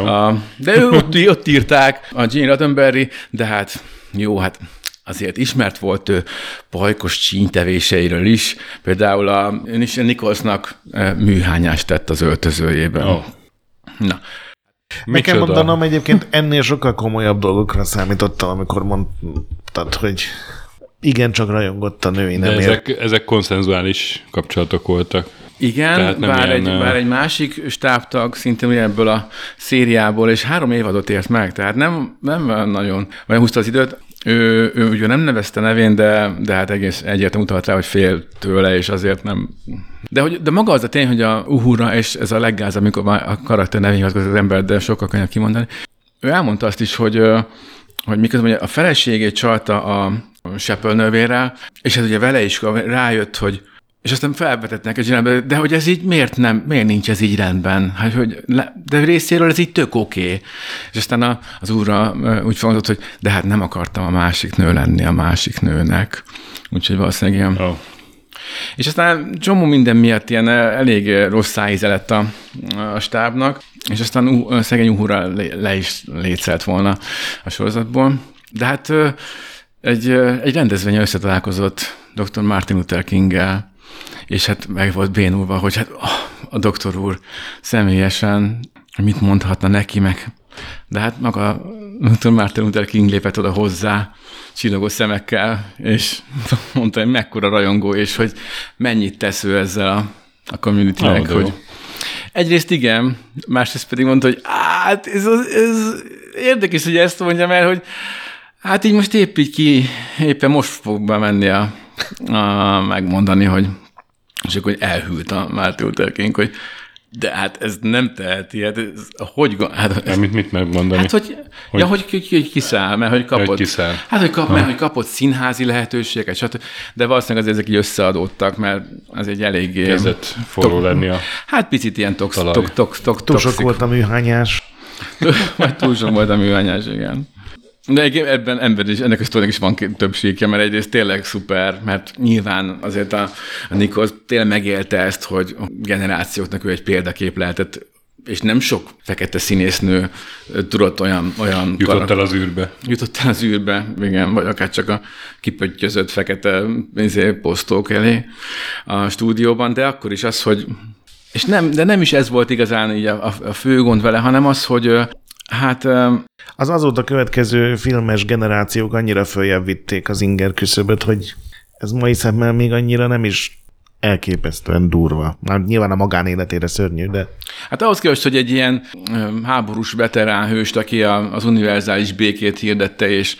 de ő ott írták, a Gene Roddenberry, de hát jó, hát azért ismert volt ő pajkos csínytevéseiről is. Például a Nicholsnak műhányást tett az öltözőjében. Oh. Na. Meg kell mondanom, egyébként ennél sokkal komolyabb dolgokra számítottam, amikor mondtad, hogy igen, csak rajongott a női nemért. Ezek konszenzuális kapcsolatok voltak. Igen, bár egy másik stábtag szintén ebből a szériából, és 3 évadot ért meg, tehát nem nagyon húzta az időt. Ő ugye nem nevezte nevén, de hát egész egyértelműen utalt rá, hogy fél tőle, és azért nem... De maga az a tény, hogy a Uhura, és ez a leggáz, amikor a karakter nevén hivatkozik az ember, de sokkal könnyebb kimondani. Ő elmondta azt is, hogy miközben a feleségét csalta a sepölnővérrel, és ez ugye vele is rájött, hogy és aztán felvetettek egy zsinálba, de hogy ez így miért nincs ez így rendben? Hát, de részéről ez így tök oké. És aztán az úrra úgy fogadott, hogy de hát nem akartam a másik nő lenni a másik nőnek. Úgyhogy valószínűleg ilyen. Oh. És aztán csomó minden miatt ilyen elég rossz szájíze lett a stábnak, és aztán szegény Uhura le is létszelt volna a sorozatból. De hát egy rendezvényen összetalálkozott dr. Martin Luther Kinggel, és hát meg volt bénulva, hogy hát a doktor úr személyesen mit mondhatna neki meg. De hát maga dr. Martin Luther King lépett oda hozzá, csillogó szemekkel, és mondta, hogy mekkora rajongó, és hogy mennyit tesz ő ezzel a community-nek, hogy egyrészt igen, másrészt pedig mondta, hogy hát ez érdekes, hogy ezt mondja, mert hogy hát így most éppen most fog bemenni megmondani, hogy és akkor elhűlt a Martin Luther King, hogy de hát ez nem teheti, hát ez, hogy... Hát, mit megmondani? Hát, hogy kiszáll, mert hogy kapott... Mert hogy kapott színházi lehetőségeket, stb. De valószínűleg azért ezek így összeadódtak, mert az egy eléggé... Kezdett forró lenni a hát picit ilyen túl sok volt a műhányás. Vagy túl sok volt a műhányás, igen. De ebben ennek a sztorinak is van több síkja, mert egyrészt tényleg szuper, mert nyilván azért a Nichols tényleg megélte ezt, hogy a generációknak ő egy példakép lehetett, és nem sok fekete színésznő tudott olyan Jutott el az űrbe, igen, vagy akár csak a kipöttyözött fekete posztók elé a stúdióban, de akkor is az, hogy... de nem is ez volt igazán így a fő gond vele, hanem az, hogy hát... Az azóta következő filmes generációk annyira följebb vitték az inger küszöböt, hogy ez mai szemmel még annyira nem is elképesztően durva. Már nyilván a magánéletére szörnyű, de... Hát ahhoz képest, hogy egy ilyen háborús veterán hőst, aki az univerzális békét hirdette, és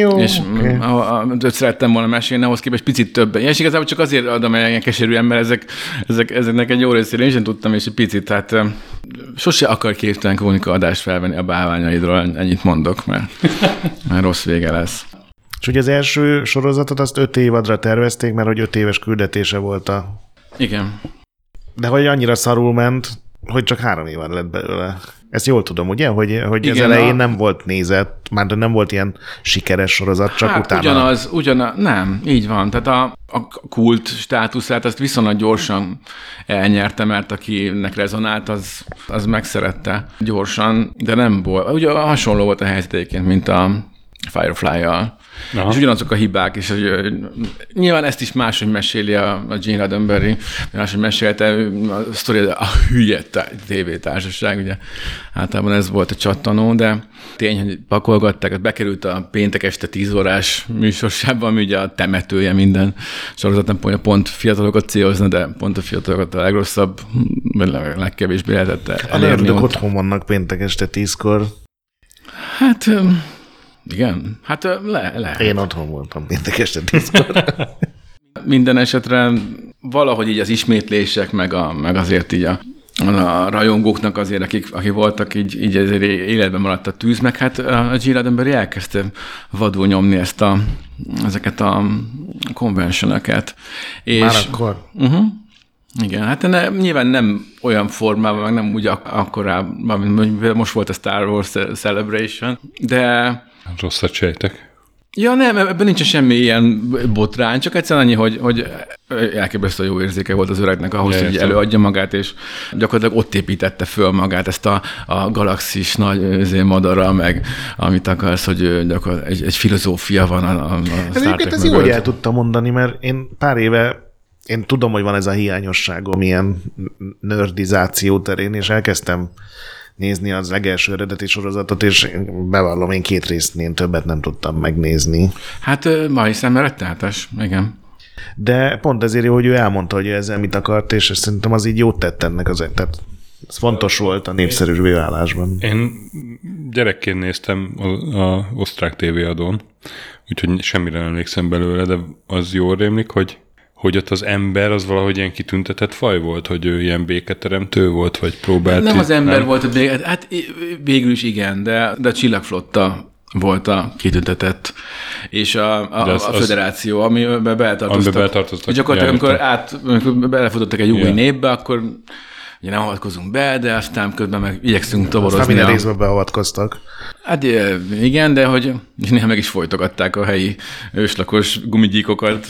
szerettem volna mesélni, ahhoz képest picit többen. És igazából csak azért adom el ilyen keserű ember, ezeknek egy jó részére én sem tudtam, és egy picit, hát sose akar Képtelen Krónika adást felvenni a bálványaidról, ennyit mondok, mert rossz vége lesz. És ugye az első sorozatot azt 5 évadra tervezték, mert hogy 5 éves küldetése volt Igen. De hogy annyira szarul ment, hogy csak 3 évad lett belőle. Ezt jól tudom, ugye? Hogy igen, az elején nem volt nézett, már nem volt ilyen sikeres sorozat, csak hát utána... nem, így van. Tehát a kult státuszát azt viszonylag gyorsan elnyerte, mert akinek rezonált, az megszerette gyorsan, de nem volt. Ugye hasonló volt a helyzet egyébként, mint a Firefly-jal. És ugyanazok a hibák, és nyilván ezt is máshogy meséli a Gene Roddenberry, máshogy mesélte a sztori, a hülye tévétársaság, ugye általában ez volt a csattanó, de tény, hogy pakolgatták, bekerült a péntek este 10 órás műsorsában, ami ugye a temetője minden sorozatban, pont fiatalokat célozna, de pont a fiatalokat a legrosszabb, legkevésbé lehetett elérni. A nerdök otthon vannak péntek este 10-kor. Hát... igen, hát lehet. Én otthon voltam péntek este 10-kor. Minden esetre valahogy így az ismétlések, meg azért így a rajongóknak azért, akik voltak, így ezért életben maradt a tűz, meg hát a Gene Roddenberry elkezdte vadul nyomni ezeket a convention-öket. Már akkor? Igen, hát nyilván nem olyan formában, meg nem úgy akkorában, mint most volt a Star Wars Celebration, de... Rosszat sejtek. Ja, nem, ebben nincs semmi ilyen botrány, csak egyszerűen annyi, hogy elképesztő jó érzéke volt az öregnek ahhoz, hogy előadja magát, és gyakorlatilag ott építette föl magát, ezt a galaxis nagy madara, meg amit akarsz, hogy gyakorlatilag egy filozófia van a Star Trek ez jó, hogy el tudtam mondani, mert én pár éve én tudom, hogy van ez a hiányosságom ilyen nerdizáció terén, és elkezdtem nézni az legelső eredeti sorozatot, és bevallom, én 2 résznél többet nem tudtam megnézni. Hát ma hiszem, rettenetes, igen. De pont ezért jó, hogy ő elmondta, hogy ő ezzel mit akart, és szerintem az így jót tett ennek tehát ez fontos volt a népszerűsvé válásban. Én gyerekként néztem az osztrák tévéadón, úgyhogy semmire nem emlékszem belőle, de az jól rémlik, hogy ott az ember az valahogy ilyen kitüntetett faj volt, hogy ő ilyen béketeremtő volt, vagy próbált... Nem az ember volt a hát végül is igen, de a Csillagflotta volt a kitüntetett, és a föderáció, amiben beletartoztak. És gyakorlatilag, amikor belefutottak egy új népbe, akkor ugye nem avatkozunk be, de aztán közben meg igyekszünk toborozni. Aztán minden részben beavatkoztak. Hát igen, de hogy néha meg is folytogatták a helyi őslakos gumigyíkokat.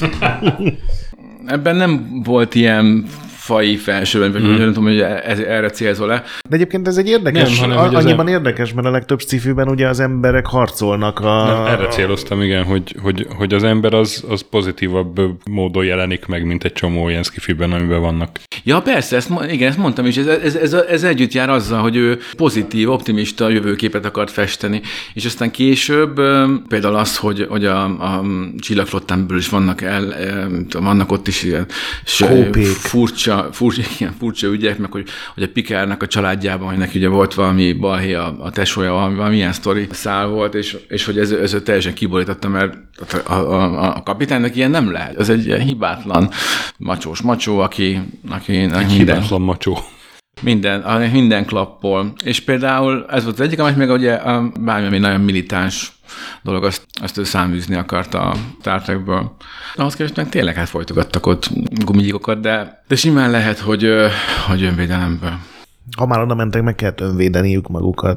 Ebben nem volt ilyen faji felsőben, vagy nem tudom, hogy erre célzol-e. De egyébként ez egy érdekes, annyiban érdekes, mert a legtöbb sci-fiben ugye az emberek harcolnak erre céloztam, igen, hogy az ember az pozitívabb módon jelenik meg, mint egy csomó ilyen sci-fiben, amiben vannak. Ja, persze, ezt mondtam is, ez együtt jár azzal, hogy ő pozitív, optimista jövőképet akart festeni, és aztán később például az, hogy a Csillagflottánból is vannak ott is ilyen furcsa ügyek, meg hogy a Picardnak a családjában, hogy neki ugye volt valami balhé, a tesója, valami ilyen sztori szál volt, és hogy ez teljesen kiborította, mert a kapitánynak ilyen nem lehet. Ez egy ilyen hibátlan macsós macsó, aki hibátlan macsó. Minden klappol. És például ez volt az egyik, amit meg ugye bármi nagyon militáns dolog, azt ő száműzni akarta a Star Trekből. Ahhoz képest meg tényleg folytogattak ott gumigyíkokat, de simán lehet, hogy önvédelemből. Ha már oda mentek, meg kellett önvédeniük magukat.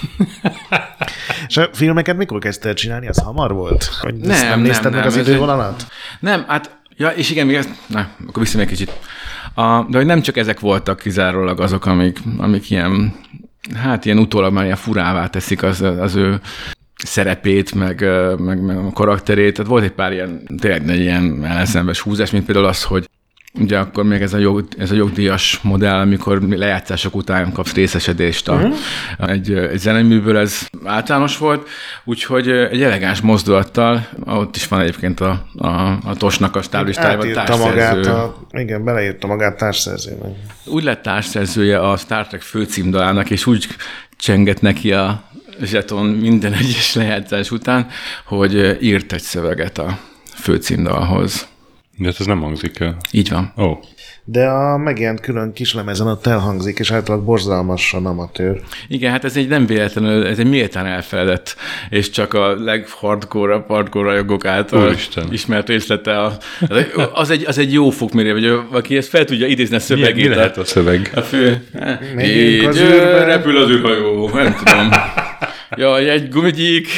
És a filmeket mikor kezdte el csinálni? Az hamar volt? Hogy nem nézted meg az idővonalat? Nem, hát, ja, és igen, még ezt, akkor vissza egy kicsit. De hogy nem csak ezek voltak kizárólag azok, amik ilyen, hát ilyen utólag már ilyen furává teszik az ő szerepét, meg a karakterét. Tehát volt egy pár ilyen, tényleg egy ilyen ellenszenves húzás, mint például az, hogy ugye akkor még ez a jogdíjas modell, amikor lejátszások után kapsz részesedést egy zeneműből, ez általános volt, úgyhogy egy elegáns mozdulattal, ott is van egyébként a TOS-nak a stáblistájában társszerző. Igen, beleírta magát társszerzőnek. Úgy lett társszerzője a Star Trek főcímdalának, és úgy csengett neki a zseton minden egyes lejátszás után, hogy írt egy szöveget a főcímdalhoz. De ez nem hangzik el. Így van. Oh. De a megjelent külön kislemezen ott elhangzik, és általában borzalmasan amatőr. Igen, hát ez egy nem véletlenül, ez egy méltán elfeledett, és csak a leghardcore rajongók által ismert részlete. Az egy jó fokmérő, vagy aki ezt fel tudja idézni a szövegét. Mi lehet a szöveg? A fő. Megyünk az űrbe. Repül az űrhajó, nem tudom. Jaj, egy gumigyík.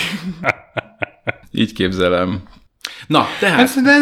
Így képzelem. Na, tehát... Ez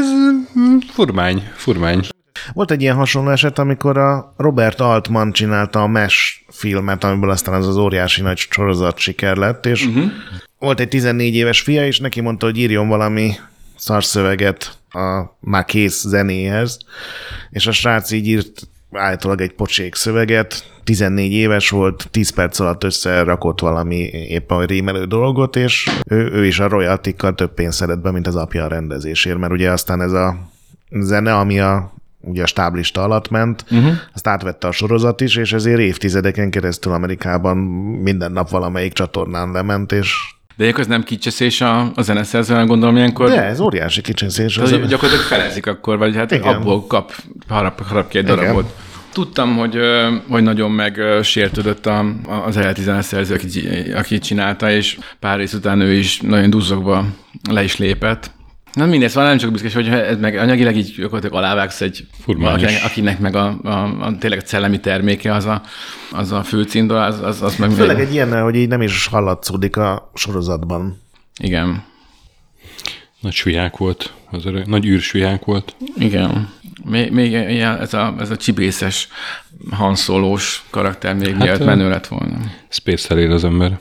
furmány. Volt egy ilyen hasonló eset, amikor a Robert Altman csinálta a MASH filmet, amiből aztán az óriási nagy sorozat siker lett, és volt egy 14 éves fia, és neki mondta, hogy írjon valami szarszöveget a már kész zenéhez, és a srác így írt állítólag egy pocsék szöveget, 14 éves volt, 10 perc alatt összerakott valami éppen rímelő dolgot, és ő is a royaltikkal több pénzt szedett be, mint az apja a rendezésért, mert ugye aztán ez a zene, ami ugye a stáblista alatt ment, azt átvette a sorozat is, és ezért évtizedeken keresztül Amerikában minden nap valamelyik csatornán lement, és De ilyenkor ez nem kicseszés a zeneszerzően, gondolom ilyenkor. de ez óriási kicseszés. Gyakorlatilag felezik akkor, vagy hát igen. Abból harap ki egy darabot. Tudtam, hogy nagyon megsértődött az eredeti zeneszerző, aki csinálta, és pár rész után ő is nagyon duzzogva le is lépett. Na mindegy, szóval nem csak büszkés, hogy ez meg anyagilag így gyakorlatilag alávágsz akinek meg tényleg a szellemi terméke az a főcímdal, az meg... Főleg egy ilyennel, hogy így nem is hallatszódik a sorozatban. Igen. Nagy sülyák volt, nagy űrsülyák volt. Igen. Még ez a csibészes, hanszolós karakter még miatt menő lett volna. Space-szel él az ember.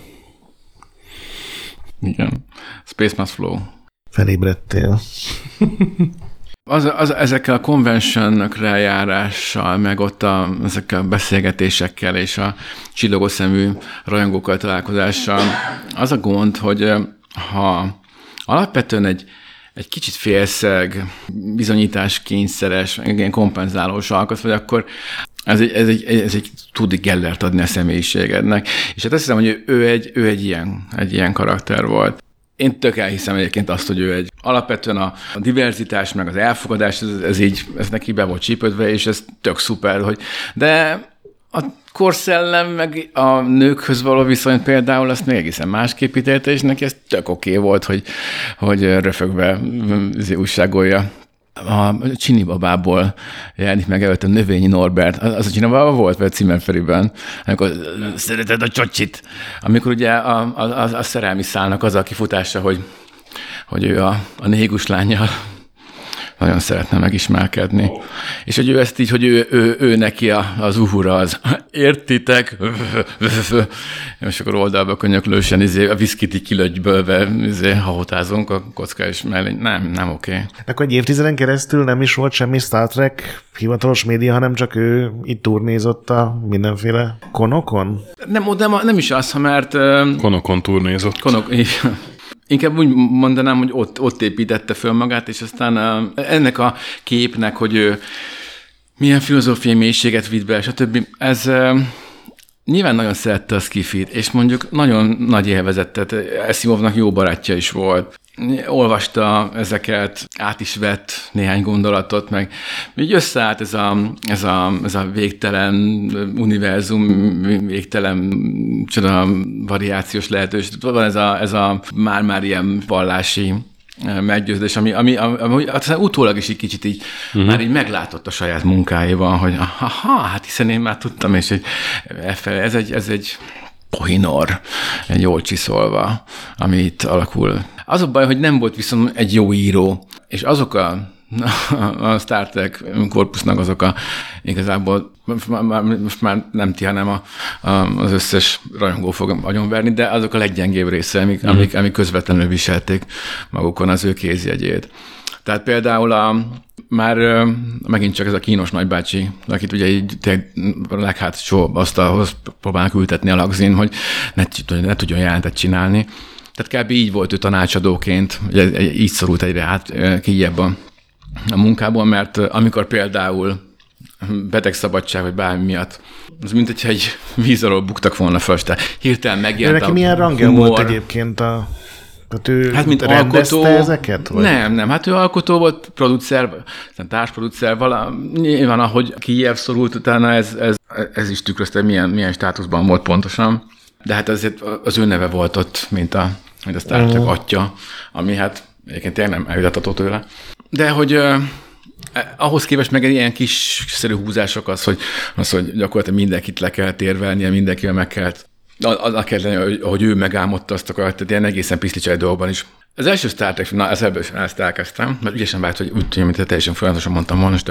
Igen. Space must flow. Felébredtél. Ezekkel a convention-ökre járással, meg ott ezekkel a beszélgetésekkel és a csillogó szemű rajongókkal találkozással az a gond, hogy ha alapvetően egy kicsit félszeg, bizonyításkényszeres, ilyen kompenzálós alkat, vagy akkor ez egy tudik gellert adni a személyiségednek. És hát azt hiszem, hogy ő egy ilyen karakter volt. Én tök elhiszem egyébként azt, hogy ő alapvetően a diverzitás, meg az elfogadás, ez neki be volt csípődve, és ez tök szuper, de a korszellem, meg a nőkhöz való viszony például azt még egészen másképp ítélte, és neki ez tök oké volt, hogy röfögve újságolja. A Csinibabából jelenik meg előtt a Növényi Norbert. Az a Csinibaba volt, vagy a Cimmerferiben, amikor szereted a csocsit. Amikor ugye a szerelmi szálnak az a kifutása, hogy ő a négus lánnyal nagyon szeretne megismerkedni. És hogy ő ezt így, hogy ő neki az uhura az, értitek? És akkor oldalba könyöklősen a viszkit így kilögybölve hahotázunk a kocka és mellé. Nem oké. Akkor egy évtizeden keresztül nem is volt semmi Star Trek hivatalos média, hanem csak ő itt turnézott a mindenféle konokon? Nem is az, mert... Konokon turnézott. Inkább úgy mondanám, hogy ott építette föl magát, és aztán ennek a képnek, hogy ő milyen filozófiai mélységet vitt be, stb. Ez nyilván nagyon szerette a skifit, és mondjuk nagyon nagy élvezettet, Asimovnak jó barátja is volt. Olvasta ezeket, át is vett néhány gondolatot, meg így összeállt ez a végtelen univerzum, végtelen csoda variációs lehetőség. Van ez a már ilyen vallási meggyőződés, ami aztán utólag is egy kicsit így már így meglátott a saját munkáiban, hogy hát hiszen én már tudtam, és ez egy pohinor, egy jól csiszolva, ami itt alakul. Az a baj, hogy nem volt viszont egy jó író, és azok a Star Trek korpusznak igazából most már nem ti, hanem az összes rajongó fog agyonverni, de azok a leggyengébb része, amik közvetlenül viselték magukon az ő kézjegyét. Tehát például már megint csak ez a kínos nagybácsi, akit ugye így a leghátsó asztalhoz próbálnak ültetni a lagzin, hogy ne tudjon jelentet csinálni. Tehát kb. Így volt ő tanácsadóként, ugye így szorult egyre kijebb a munkából, mert amikor például betegszabadság vagy bármi miatt, az mint hogyha egy víz alól buktak volna föl, tehát hirtelen megjelent neki milyen rangja volt egyébként tehát ő hát mint alkotó, ezeket? Vagy? Nem, hát ő alkotó volt, producer, társproducer, nyilván ahogy Kijev szorult, utána ez is tükrözte, milyen státuszban volt pontosan, de hát azért az ő neve volt ott, mint a Star Trek atya, ami hát egyébként tényleg nem elvitatható tőle. De hogy ahhoz képest meg egy ilyen kisszerű húzások az, hogy gyakorlatilag mindenkit le kell térvelnie, mindenkivel meg kell annak kell lenni, hogy ő megálmodta azt a karaktert, ilyen egészen piszlicsai dolgokban is. Az első Star Trek film, ezt elkezdtem, mert ügyesen vált, hogy úgy tűnjön, mint teljesen folyamatosan mondtam volna,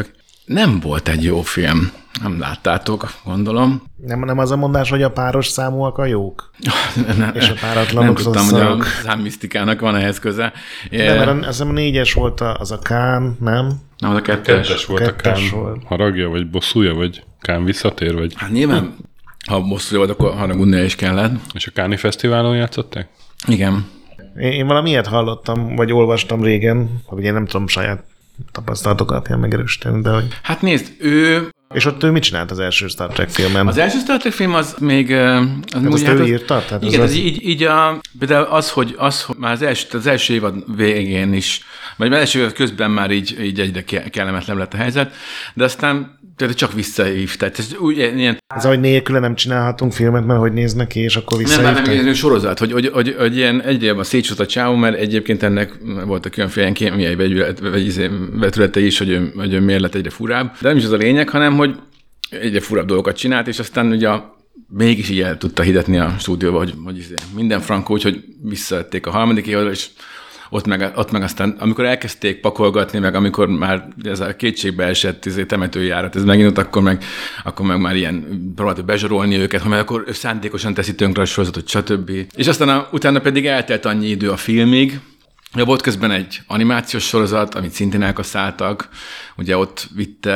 nem volt egy jó film. Nem láttátok, gondolom. Nem az a mondás, hogy a páros számúak a jók? És a páratlanok nem tudtam, hogy a számmisztikának van ehhez köze. De mert azt hiszem a 4-es volt az a Kán, nem? Nem, az a 2-es. 2-es volt a Kán haragja, vagy bosszúja, vagy Kán visszatér, vagy... Hát nyilván, ha bosszúja volt, akkor haragudnia is kellett. És a Káni Fesztiválon játszották? Igen. Én valami ilyet hallottam, vagy olvastam régen, hogy én nem tudom saját tapasztalatok alapján megerősíteni, de hogy... Hát nézd, ő... És ott ő mit csinált az első Star Trek filmen? Az első Star Trek film az még... azt ő írta? Tehát igen, az így például az, hogy már az első évad végén is, vagy az első évad közben már így egyre kellemetlen lett a helyzet, de aztán tehát csak visszahív. Tehát ez úgy, ilyen... Ez, hogy nélküle nem csinálhatunk filmet, mert hogy néznek ki, és akkor visszahívták? Nem, sorozat, hogy ilyen egyre jobban szétsült a csávó, mert egyébként ennek voltak különféle kémiai vetületei is, hogy ő miért lett egyre furább. De nem is az a lényeg, hanem hogy egyre furább dolgokat csinált, és aztán ugye mégis így el tudta hirdetni a stúdióba, hogy minden frankó, úgyhogy visszaették a harmadik évadra, és ott meg aztán, amikor elkezdték pakolgatni, meg amikor már ez a kétségbe esett temetőjárat, ez megint akkor meg már ilyen próbáltak bezsarolni őket, hogy akkor ő szándékosan teszi tönkre a sorozatot, stb. És aztán utána pedig eltelt annyi idő a filmig. Volt közben egy animációs sorozat, amit szintén elkasszáltak, ugye ott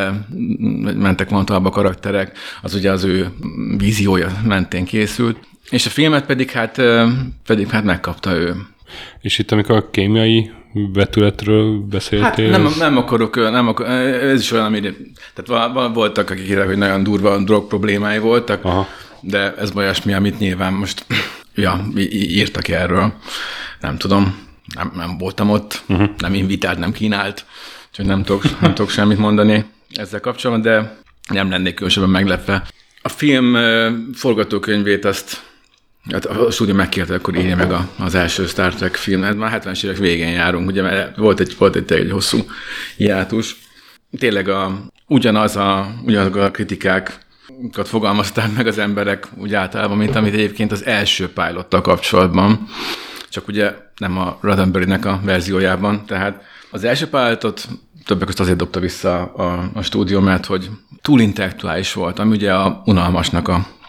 mentek volna tovább a karakterek, az ugye az ő víziója mentén készült, és a filmet pedig hát megkapta ő. És itt, amikor a kémiai vetületről beszéltél? Hát nem akarok, ez is olyan, ami... Tehát voltak, akik hogy nagyon durva drog problémái voltak, aha, de ez olyasmi, amit nyilván most írtak erről. Nem tudom, nem voltam ott, nem invitált, nem kínált, úgyhogy nem tudok semmit mondani ezzel kapcsolatban, de nem lennék különösebben meglepve. A film forgatókönyvét azt hát a stúdió megkérte, akkor írja meg az első Star Trek film. Hát már 70-es évek végén járunk, ugye, mert volt egy hosszú hiátus. Tényleg ugyanazok a kritikákat fogalmazták meg az emberek úgy általában, mint amit egyébként az első pilottal kapcsolatban. Csak ugye nem a Roddenberrynek a verziójában. Tehát az első pilotot többek között azért dobta vissza a stúdió, mert hogy túl intellektuális volt, ami ugye a unalmasnak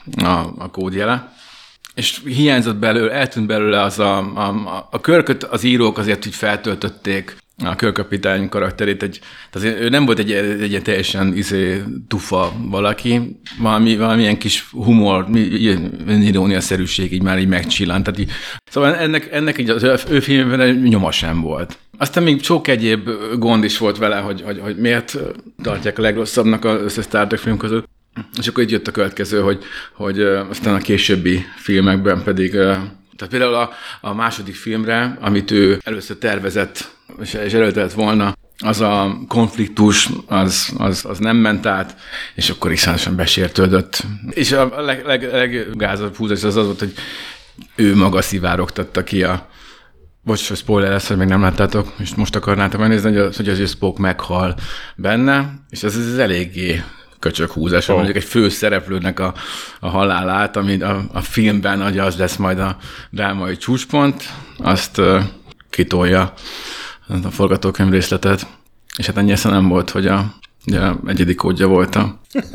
a kódjele. És hiányzott belőle, eltűnt belőle az a Kirköt, az írók azért így feltöltötték a Kirk-kapitány karakterét, tehát ő nem volt egy teljesen tufa valaki, valamilyen kis humor, iróniaszerűség így már így megcsillant. Tehát szóval ennek így az ő filmben nyoma sem volt. Aztán még sok egyéb gond is volt vele, hogy miért tartják a legrosszabbnak az összes Star Trek film között. És akkor így jött a következő, hogy aztán a későbbi filmekben pedig, tehát például a második filmre, amit ő először tervezett, és előtt volna, az a konfliktus, az nem ment át, és akkor iszonyatosan besértődött. És a leggázabb húzás az volt, hogy ő maga szivárogtatta ki bocs, hogy spoiler lesz, hogy még nem láttátok, és most akarnátok megnézni, hogy az Spock meghal benne, és ez eléggé köcsög húzás, mondjuk egy fő szereplőnek a halálát, ami a filmben az lesz majd a drámai csúcspont, azt kitolja a forgatókönyv részletet, és hát ennyi nem volt, hogy a egyedik kódja volt a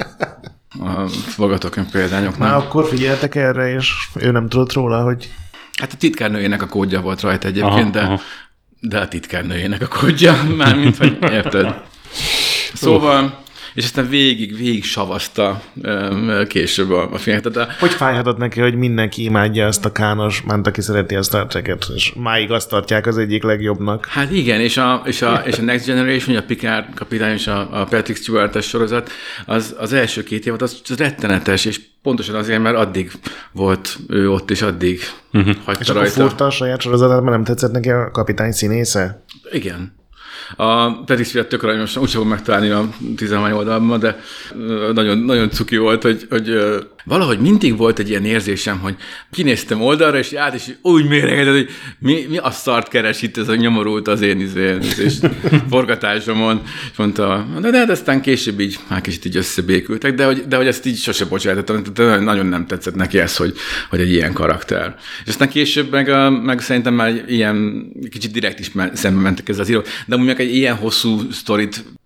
forgatókönyv példányoknak. Na, akkor figyeltek erre, és ő nem tudott róla, hogy... Hát a titkárnőjének a kódja volt rajta egyébként, de a titkárnőjének a kódja, mármint, hogy érted. Szóval... És aztán végig savazta később a filmet. Hogy fájhatott neki, hogy mindenki imádja ezt a Kános, ment, aki szereti a Star Trek-et, és máig azt tartják az egyik legjobbnak. Hát igen, és a Next Generation, a Picard kapitány és a Patrick Stewart-es sorozat, az első 2 évad, az rettenetes, és pontosan azért, mert addig volt ő ott, és addig hagyta és rajta. És akkor furta a saját sorozatát, mert nem tetszett neki a kapitány színésze? Igen. A Patrick Stewart tök aranyos, most úgy fogom megtalálni a 13 oldalban, de nagyon, nagyon cuki volt, hogy valahogy mindig volt egy ilyen érzésem, hogy kinéztem oldalra, és úgy méregetett, hogy mi a szart keres itt ez a nyomorult az én és forgatásomon, és mondta, de aztán később így, már kicsit így összebékültek, de hogy ezt így sose bocsátottam, de nagyon nem tetszett neki ez, hogy egy ilyen karakter. És aztán később meg szerintem már ilyen kicsit direkt is szembe mentek ezzel az írók, de amúgy meg egy ilyen hosszú sztorit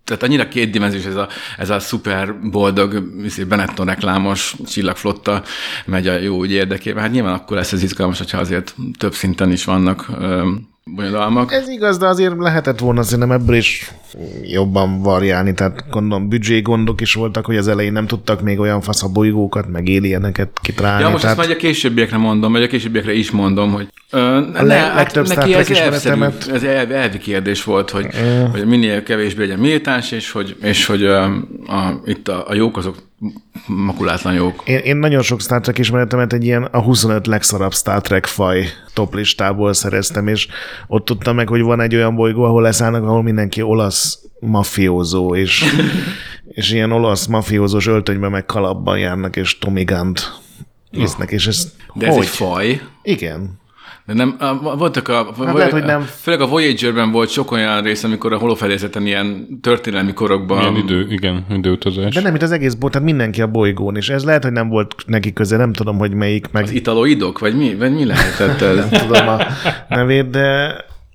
tehát annyira kétdimenziós ez a szuper boldog Benetton reklámos csillagflotta megy a jó ügy érdekében. Hát nyilván akkor lesz ez izgalmas, hogyha azért több szinten is vannak bonyodalmak. Ez igaz, de azért lehetett volna szerintem ebből is jobban variálni, tehát gondolom büdzsé gondok is voltak, hogy az elején nem tudtak még olyan fasz a bolygókat, meg alieneket kitalálni. Ja, most ezt majd a későbbiekre mondom, vagy a későbbiekre is mondom, hogy legtöbb Star Trek ismeretemet... Ez elvi kérdés volt, hogy minél kevésbé legyen militáns, és hogy itt a jók azok makulátlan jók. Én nagyon sok Star Trek ismeretemet egy ilyen a 25 legszarabb Star Trek faj top listából szereztem, és ott tudtam meg, hogy van egy olyan bolygó, ahol leszállnak, ahol mindenki olasz mafiózó, és ilyen olasz mafiózós öltönyben meg kalapban járnak, és Tommy Gunn-t isznek, és ez... De ez egy faj? Igen. De nem, voltak lehet, hogy nem. Főleg a Voyager-ben volt sok olyan rész, amikor a holofedélzeten ilyen történelmi korokban... Ilyen időutazás. De nem, itt az egész tehát mindenki a bolygón, és ez lehet, hogy nem volt neki köze, nem tudom, hogy melyik meg... Az italoidok? Vagy mi lehetett ez? Nem tudom a nevét, de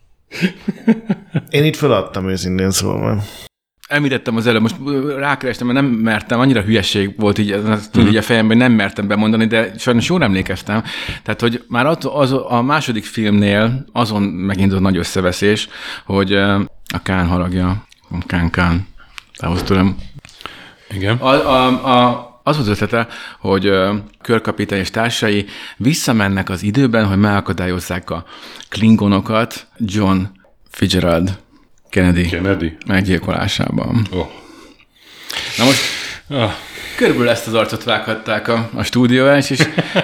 én itt feladtam őszintén szólva. Említettem az előbb, most rákerestem, mert nem mertem, annyira hülyeség volt így a fejemben, hogy nem mertem bemondani, de sajnos jól emlékeztem. Tehát, hogy már a második filmnél azon megindult nagy összeveszés, hogy a Kán haragja, Kán, ahhoz tudom. Igen. Az az ötlete, hogy Kirk kapitány és társai visszamennek az időben, hogy megakadályozzák a klingonokat John Fitzgerald Kennedy meggyilkolásában. Oh. Na most körülbelül ezt az arcot vághatták a stúdióban, és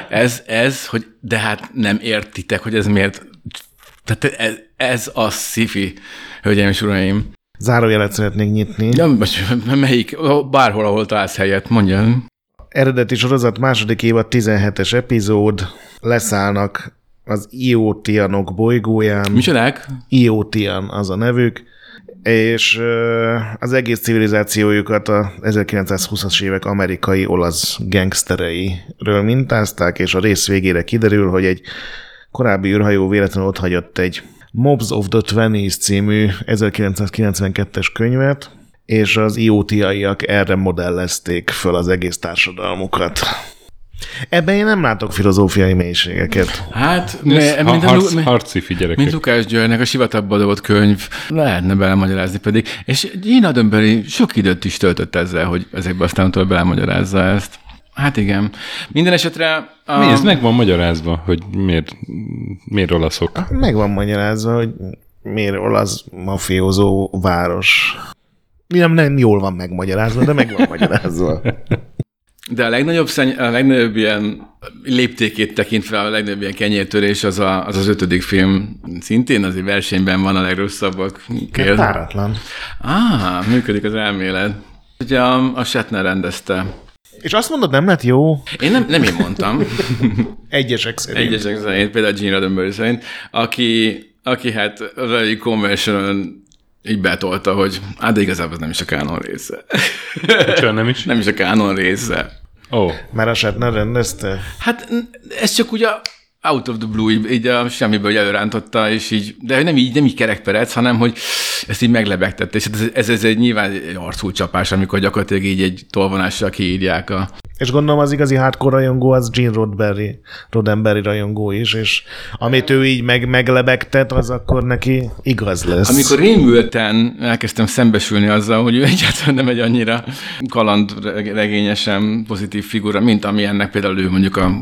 ez, hogy de hát nem értitek, hogy ez miért... Tehát ez a sci-fi, hölgyeim és uraim. Zárójelet szeretnék nyitni. Ja, melyik? Bárhol, ahol találsz helyet, mondjam. Eredeti sorozat második évad 17-es epizód. Leszállnak az Iotianok bolygóján. Micsodák? Iotian az a nevük, és az egész civilizációjukat a 1920-as évek amerikai olasz gangstereiről mintázták, és a rész végére kiderül, hogy egy korábbi űrhajó véletlenül otthagyott egy Mobs of the Twenties című 1992-es könyvet, és az iótiaiak erre modellezték föl az egész társadalmukat. Ebben én nem látok filozófiai mélységeket. Hát, harci gyerekek. Mint Lukács Györgynek a Sivatagba dobott könyv, lehetne belemagyarázni pedig. És Gene Roddenberry sok időt is töltött ezzel, hogy ezekbe aztán belemagyarázza ezt. Hát igen. Minden esetre... Ez meg van magyarázva, hogy miért olaszok. Meg van magyarázva, hogy miért olasz mafiózó város. Nem jól van megmagyarázva, de meg van magyarázva. De a legnagyobb ilyen léptékét tekintve, a legnagyobb ilyen kenyértörés az 5. film. Szintén azért versenyben van a legrosszabbak. Páratlan. Működik az elmélet. Ugye a Shatner rendezte. És azt mondod, nem lett jó? Én nem én mondtam. Egyesek szerint. Például Gene Roddenberry szerint, aki hát very conventional így betolta, hogy de igazából ez nem is a kánon része. Nem is? Nem is a kánon része. Már a Shatner rendezte? Hát ez csak ugye out of the blue, így a semmiből előrántotta, és így, de nem így kerekperec, hanem hogy ezt így meglebegtette, és ez egy nyilván egy arcúcsapás, amikor gyakorlatilag így egy tolvonással kiírják a... És gondolom az igazi hardcore rajongó az Gene Roddenberry rajongó is, és amit ő így meglebegtet, az akkor neki igaz lesz. Amikor rémülten elkezdtem szembesülni azzal, hogy ő egyáltalán nem egy annyira kalandregényesen pozitív figura, mint ami ennek például ő mondjuk a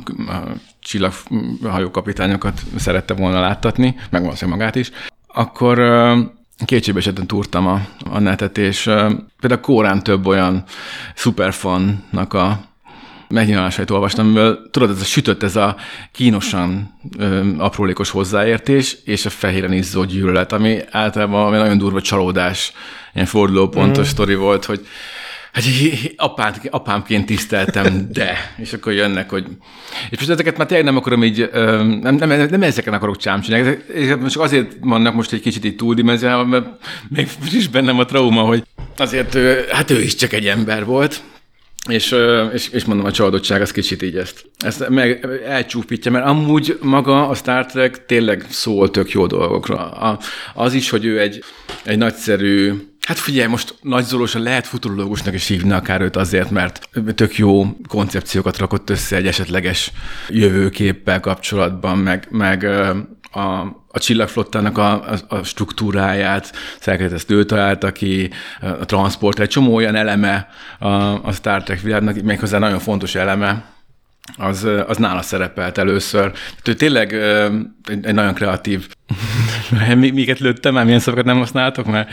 csillaghajókapitányokat szerette volna láttatni, meg valószínűleg magát is, akkor kétségbe esetten túrtam a netet, és például kórán több olyan szuperfannak a megnyilvánulásait olvastam, amivel tudod, ez a kínosan aprólékos hozzáértés, és a fehéren izzó gyűlölet, ami általában nagyon durva csalódás, ilyen fordulópontos sztori volt, hogy hát apámként tiszteltem, de, és akkor jönnek, hogy... És most ezeket már tényleg nem akarom így, nem ezeken akarok csámcsinálni, csak azért vannak most egy kicsit így túldimenzionálva, mert még is bennem a trauma, hogy azért ő is csak egy ember volt, és mondom, a csalódottság az kicsit így ezt meg elcsúpítja, mert amúgy maga a Star Trek tényleg szól tök jó dolgokra. Az is, hogy ő egy nagyszerű, Hát figyelj, most nagyzolósan lehet futurológusnak is hívni akár őt azért, mert tök jó koncepciókat rakott össze egy esetleges jövőképpel kapcsolatban, meg a csillagflottának a struktúráját, szerkezet ezt ő találta ki, a transport, egy csomó olyan eleme a Star Trek világnak, méghozzá nagyon fontos eleme, az nála szerepelt először. Tehát ő tényleg egy nagyon kreatív. Miket lőttem már, milyen szavakat nem használtok, mert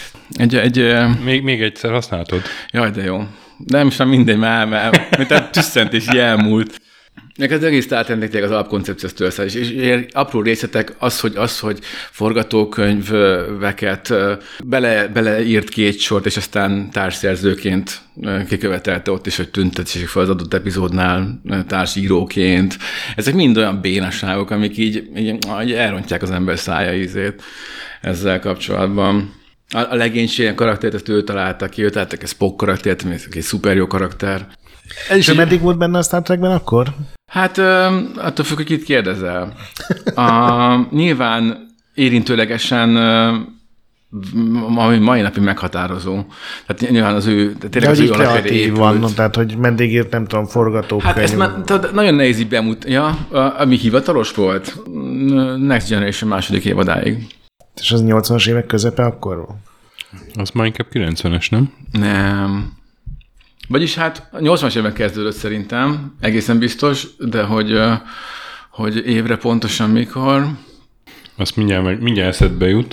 Még egyszer használtad? Jaj, de jó. De most már mindegy, mert mint a tüsszentés elmúlt. Neked az egész Star Trek az alapkoncepció tőlszel, és apró részletek, az, hogy forgatókönyveket beleírt 2 sort, és aztán társszerzőként kikövetelte ott is, hogy tüntetsék fel az adott epizódnál társíróként. Ezek mind olyan bénaságok, amik így elrontják az ember szája ízét ezzel kapcsolatban. A legénység karaktert, ezt ő találta ki, egy Spock karaktert, egy szuper jó karakter. És meddig volt benne a Star Trekben akkor? Hát attól függ, hogy kit kérdezel. Nyilván érintőlegesen mai napig meghatározó. Tehát nyilván az ő... De hogy így kreatív van, tehát hogy meddig írt, nem tudom, forgatókönyv. Hát ezt már nagyon nehéz így bemutatni. Ja, ami hivatalos volt? Next Generation második évadáig. És az 80-as évek közepe akkor? Az már inkább 90-es, nem? Nem. Vagyis hát 80-as évben kezdődött szerintem, egészen biztos, de hogy évre pontosan mikor. Azt mindjárt eszedbe jut.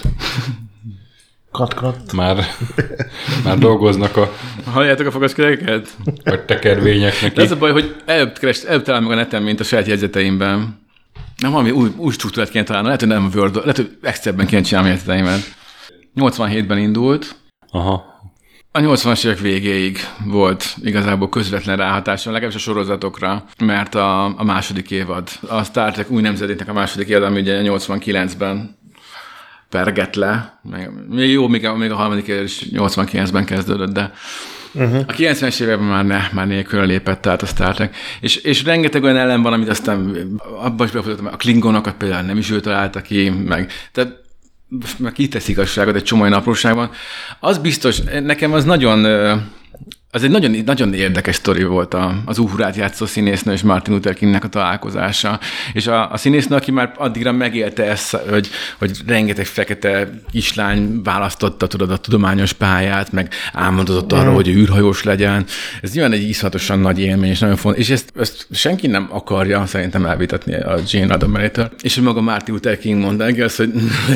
Kat. Már dolgoznak a... Halljátok a fogaszkereket? Vagy tekervények neki. De ez a baj, hogy előbb talál meg a neten, mint a saját jegyzeteimben. Nem, valami új struktúrát kéne találni. Lehet, hogy nem Word, lehet, hogy Excelben kéne csinálni a jegyzeteimet. 87-ben indult. Aha. A 80-as évek végéig volt igazából közvetlen ráhatása, legalábbis a sorozatokra, mert a második évad, a Star Trek új nemzedéknek a második évad, ami ugye 89-ben pergett le. Még a harmadik évad is 89-ben kezdődött, de a 90-es években már nélkül lépett át a Star Trek. És rengeteg olyan ellen van, amit aztán abban is befutottam, a klingonokat például nem is ő találta ki, tehát meg kitesz igazságot egy csomó apróságban. Az biztos, nekem az egy nagyon érdekes sztori volt az Uhurát játszó színésznő és Martin Luther Kingnek a találkozása. És a színésznő, aki már addigra megélte ezt, hogy rengeteg fekete kislány választotta, tudod, a tudományos pályát, meg álmodozott arról, hogy űrhajós legyen. Ez nyilván egy iszonyatosan nagy élmény, és nagyon fontos. És ezt senki nem akarja szerintem elvitatni a Gene Roddenberry-től. És hogy maga Martin Luther King mondta neki azt, hogy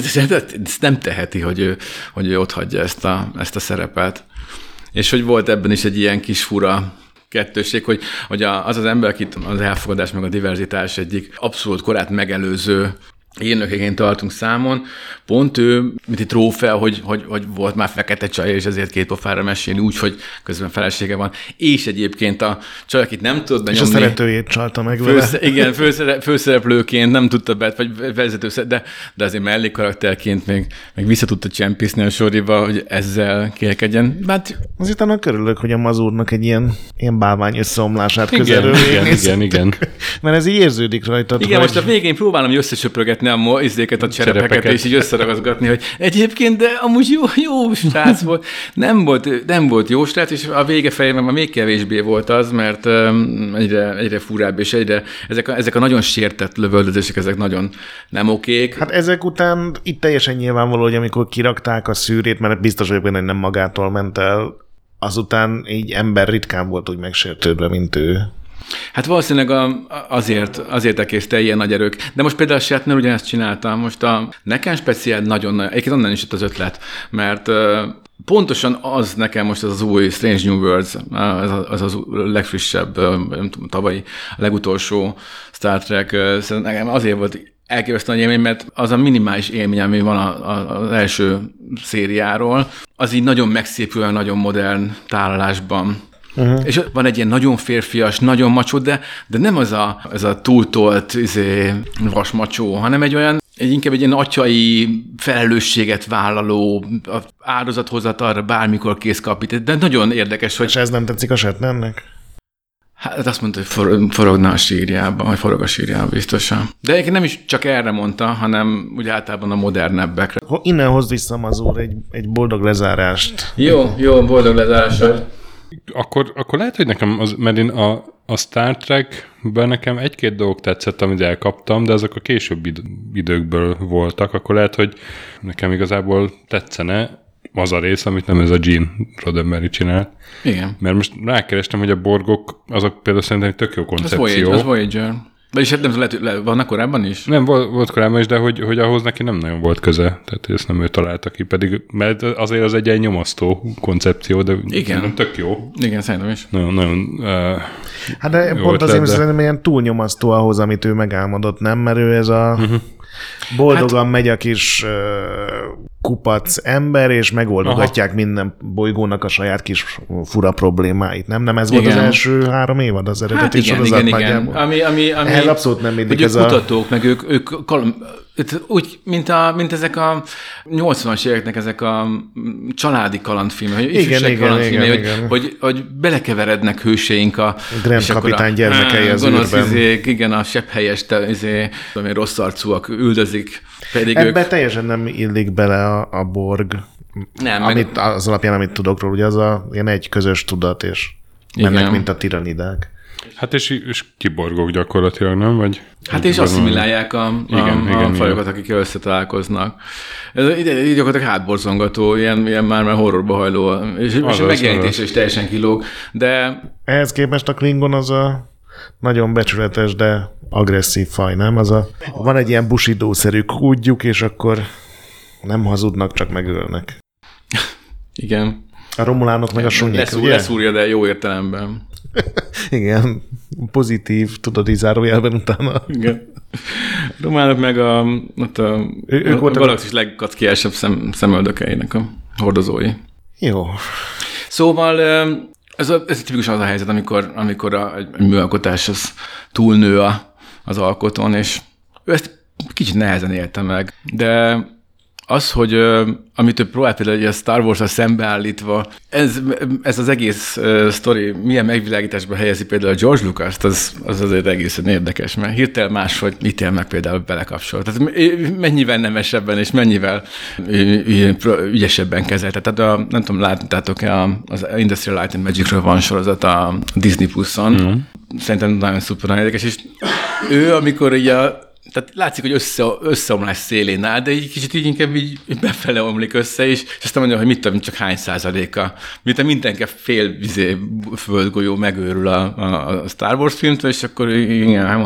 ezt nem teheti, hogy ő ott hagyja ezt a szerepet. És hogy volt ebben is egy ilyen kis fura kettősség, hogy az ember, akit az elfogadás meg a diverzitás egyik abszolút korát megelőző érnökeként tartunk számon, pont ő, mint egy trófea, hogy volt már fekete csaj, és ezért 2 pofára mesélni úgy, hogy közben felesége van. És egyébként a csaj, akit nem tud benyomni. És a szeretőjét csalta meg vele. Igen, főszereplőként nem tudta vagy vezető, de azért mellékkarakterként még vissza tudta csempészni a soriba, hogy ezzel kérkedjen. Hát, azért annak örülök, hogy a Mazurnak egy ilyen bálvány összeomlását közelről igen. Mert ez így érződik rajtad. Igen, most a végén próbálom összesöprögetni a cserepeket, és így összeragazgatni, hogy egyébként, de amúgy jó srác volt. Nem volt jó srác, és a vége fejében már még kevésbé volt az, mert egyre furább, és ezek a nagyon sértett lövöldözések, ezek nagyon nem okék. Hát ezek után itt teljesen nyilvánvaló, hogy amikor kirakták a szűrét, mert biztos vagyok benne, hogy nem magától ment el, azután így ember ritkán volt úgy megsértődve, mint ő. Hát valószínűleg azért elkészte ilyen nagy erők. De most például a Shatner ugyanezt csináltam. Most nekem speciál nagyon egyébként onnan is jött az ötlet, mert pontosan az nekem most az új Strange New Worlds, az legfrissebb, nem tudom, tavalyi, a legutolsó Star Trek, nekem azért volt elképesztő nagy élmény, mert az a minimális élmény, ami van az első szériáról, az így nagyon megszépül, nagyon modern tálalásban. Uh-huh. És van egy ilyen nagyon férfias, nagyon macsó, de nem ez a túltolt vasmacsó, hanem inkább egy ilyen atyai felelősséget vállaló, áldozathozatalra bármikor kész kapít. De nagyon érdekes, hogy... És ez nem tetszik a Shatnernek? Hát azt mondta, hogy forogna a sírjában, vagy forog a sírjában biztosan. De egyébként nem is csak erre mondta, hanem úgy általában a modernebbekre. Innen hozd vissza, Mazur, egy boldog lezárást. Jó, boldog lezárásra. Akkor lehet, hogy nekem, mert én a Star Trekben nekem egy-két dolog tetszett, amit elkaptam, de azok a későbbi időkből voltak, akkor lehet, hogy nekem igazából tetszene az a rész, amit nem ez a Gene Roddenberry csinál. Igen. Mert most rákerestem, hogy a borgok, azok például szerintem egy tök jó koncepció. Az Voyager. Vagyis hát nem lehet, vannak korábban is? Nem, volt korábban is, de hogy ahhoz neki nem nagyon volt köze. Tehát ezt nem ő találta ki, pedig mert azért az egy ilyen nyomasztó koncepció, de igen. Tök jó. Igen, szerintem is. Nagyon hát de pont azért, hogy szerintem ilyen túl nyomasztó ahhoz, amit ő megálmodott, nem? Mert ő ez a boldogan megy a kis kupac ember, és megoldogatják minden bolygónak a saját kis fura problémáit, nem? Nem ez volt az első 3 évad az eredeti sorozat nagyjából? Ami ehhez abszolút nem mindig ez kutatók, meg ők úgy, mint ezek a 80-as éveknek ezek a családi kalandfilmek, vagy ifjúság kalandfilmek, hogy belekeverednek hőseink a Grand kapitány gyermekei az űrben. Igen, a sepphelyes rossz arcúak üldözik. Ebbe teljesen nem illik bele a Borg. Nem, az alapján, amit tudok róla, ugye az ilyen egy közös tudat, és mennek, mint a tiranidák. Hát és kiborgok gyakorlatilag, nem? Vagy hát és asszimilálják a fajokat, akik összetalálkoznak. Ez gyakorlatilag hátborzongató, ilyen már horrorba hajló, és a megjelenítése is teljesen kilóg, de... Ehhez képest a Klingon az a nagyon becsületes, de agresszív faj, nem? Van egy ilyen Bushido-szerű kúdjuk, és akkor nem hazudnak, csak megölnek. Igen. A romulánok meg a sunyik, ugye? Leszúrja, de jó értelemben. Igen, pozitív, tudod, így zárójelben utána. Igen. Románok meg a galaxis legkackiásabb szemöldökeinek a hordozói. Jó. Szóval ez tipikusan az a helyzet, amikor egy műalkotás az túlnő az alkotón, és ő ezt kicsit nehezen élte meg, de az, hogy amit ő próbált például a Star Wars-ra szembeállítva, ez az egész sztori milyen megvilágításba helyezi például a George Lucas-t, az azért egészen érdekes, mert hirtelen máshogy ítél meg például belekapcsol. Tehát mennyivel nemesebben és mennyivel ügyesebben kezelte. Tehát nem tudom, láttátok-e az Industrial Light and Magicről van sorozat a Disney Plus-on. Szerintem nagyon szuper érdekes, és ő, amikor így tehát látszik, hogy összeomlás szélén áll, de egy kicsit így inkább így befele omlik össze, és aztán mondja, hogy mit tudom, csak hány százaléka. Miután mindenki fél földgolyó megőrül a Star Wars filmtől, és akkor igen,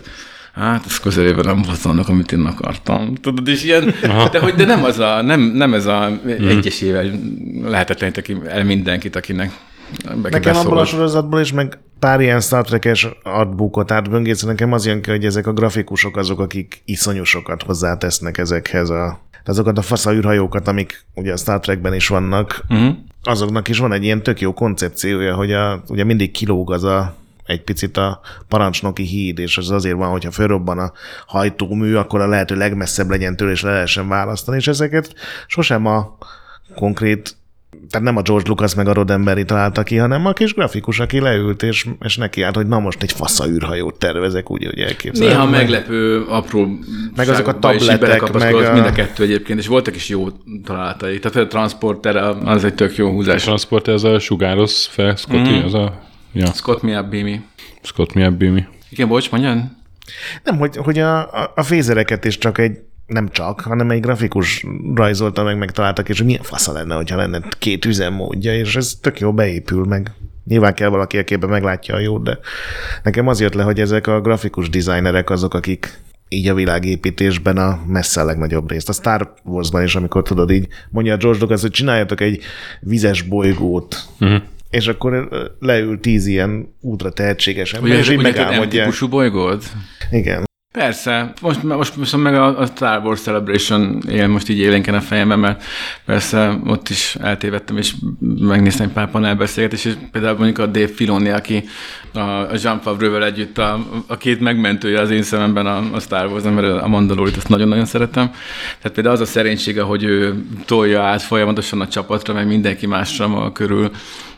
hát ez közelében nem volt annak, amit én akartam. Tudod, és ilyen, de nem ez a egyesével lehetetlenítek el mindenkit, akinek nekem abból a sorozatból is, meg pár ilyen Star Trek-es artbookot átböngészen, nekem az jön ki, hogy ezek a grafikusok azok, akik iszonyú sokat hozzátesznek ezekhez azokat a faszaűrhajókat, amik ugye a Star Trekben is vannak, azoknak is van egy ilyen tök jó koncepciója, hogy ugye mindig kilóg egy picit a parancsnoki híd, és az azért van, hogyha fölrobban a hajtómű, akkor a lehető legmesszebb legyen tőle, és le lehessen választani, és ezeket sosem a konkrét, tehát nem a George Lucas meg a Roddenberry találta ki, hanem a kis grafikus, aki leült, és neki állt, hogy na most egy faszaűrhajót tervezek, úgy, hogy elképzelem. Néha meglepő apró meg azok a tabletek, meg mind a kettő egyébként, és voltak is jó találatai. Tehát a Transporter az egy tök jó húzás. A Transporter az a sugároz fel, Scotty, az a... Ja. Scott Me Up Beamy. Scott Me Up Beamy. Igen, bocs, mondjad? Nem, hogy a fézereket is csak hanem egy grafikus rajzolta meg találtak, és hogy milyen fasza lenne, hogyha lenne 2 üzemmódja, és ez tök jó beépül meg. Nyilván kell valaki, aki ebben meglátja a jót, de nekem az jött le, hogy ezek a grafikus designerek azok, akik így a világépítésben a messze a legnagyobb részt. A Star Warsban is, amikor tudod így, mondja a George Lucas, hogy csináljatok egy vizes bolygót, és akkor leül 10 ilyen útra tehetséges ember, és így megálmodják. Típusú bolygót? Igen. Persze. Most meg a Star Wars Celebration él most így élénken a fejemben, mert persze ott is eltévedtem, és megnéztem egy pár panelbeszélgetést, és például mondjuk a Dave Filoni, aki a Jean Favreau-vel együtt a két megmentője az én szememben a Star Wars-on, mert a Mandalorian-t azt nagyon-nagyon szeretem. Tehát például az a szerénysége, hogy ő tolja át folyamatosan a csapatra, meg mindenki másra maga körül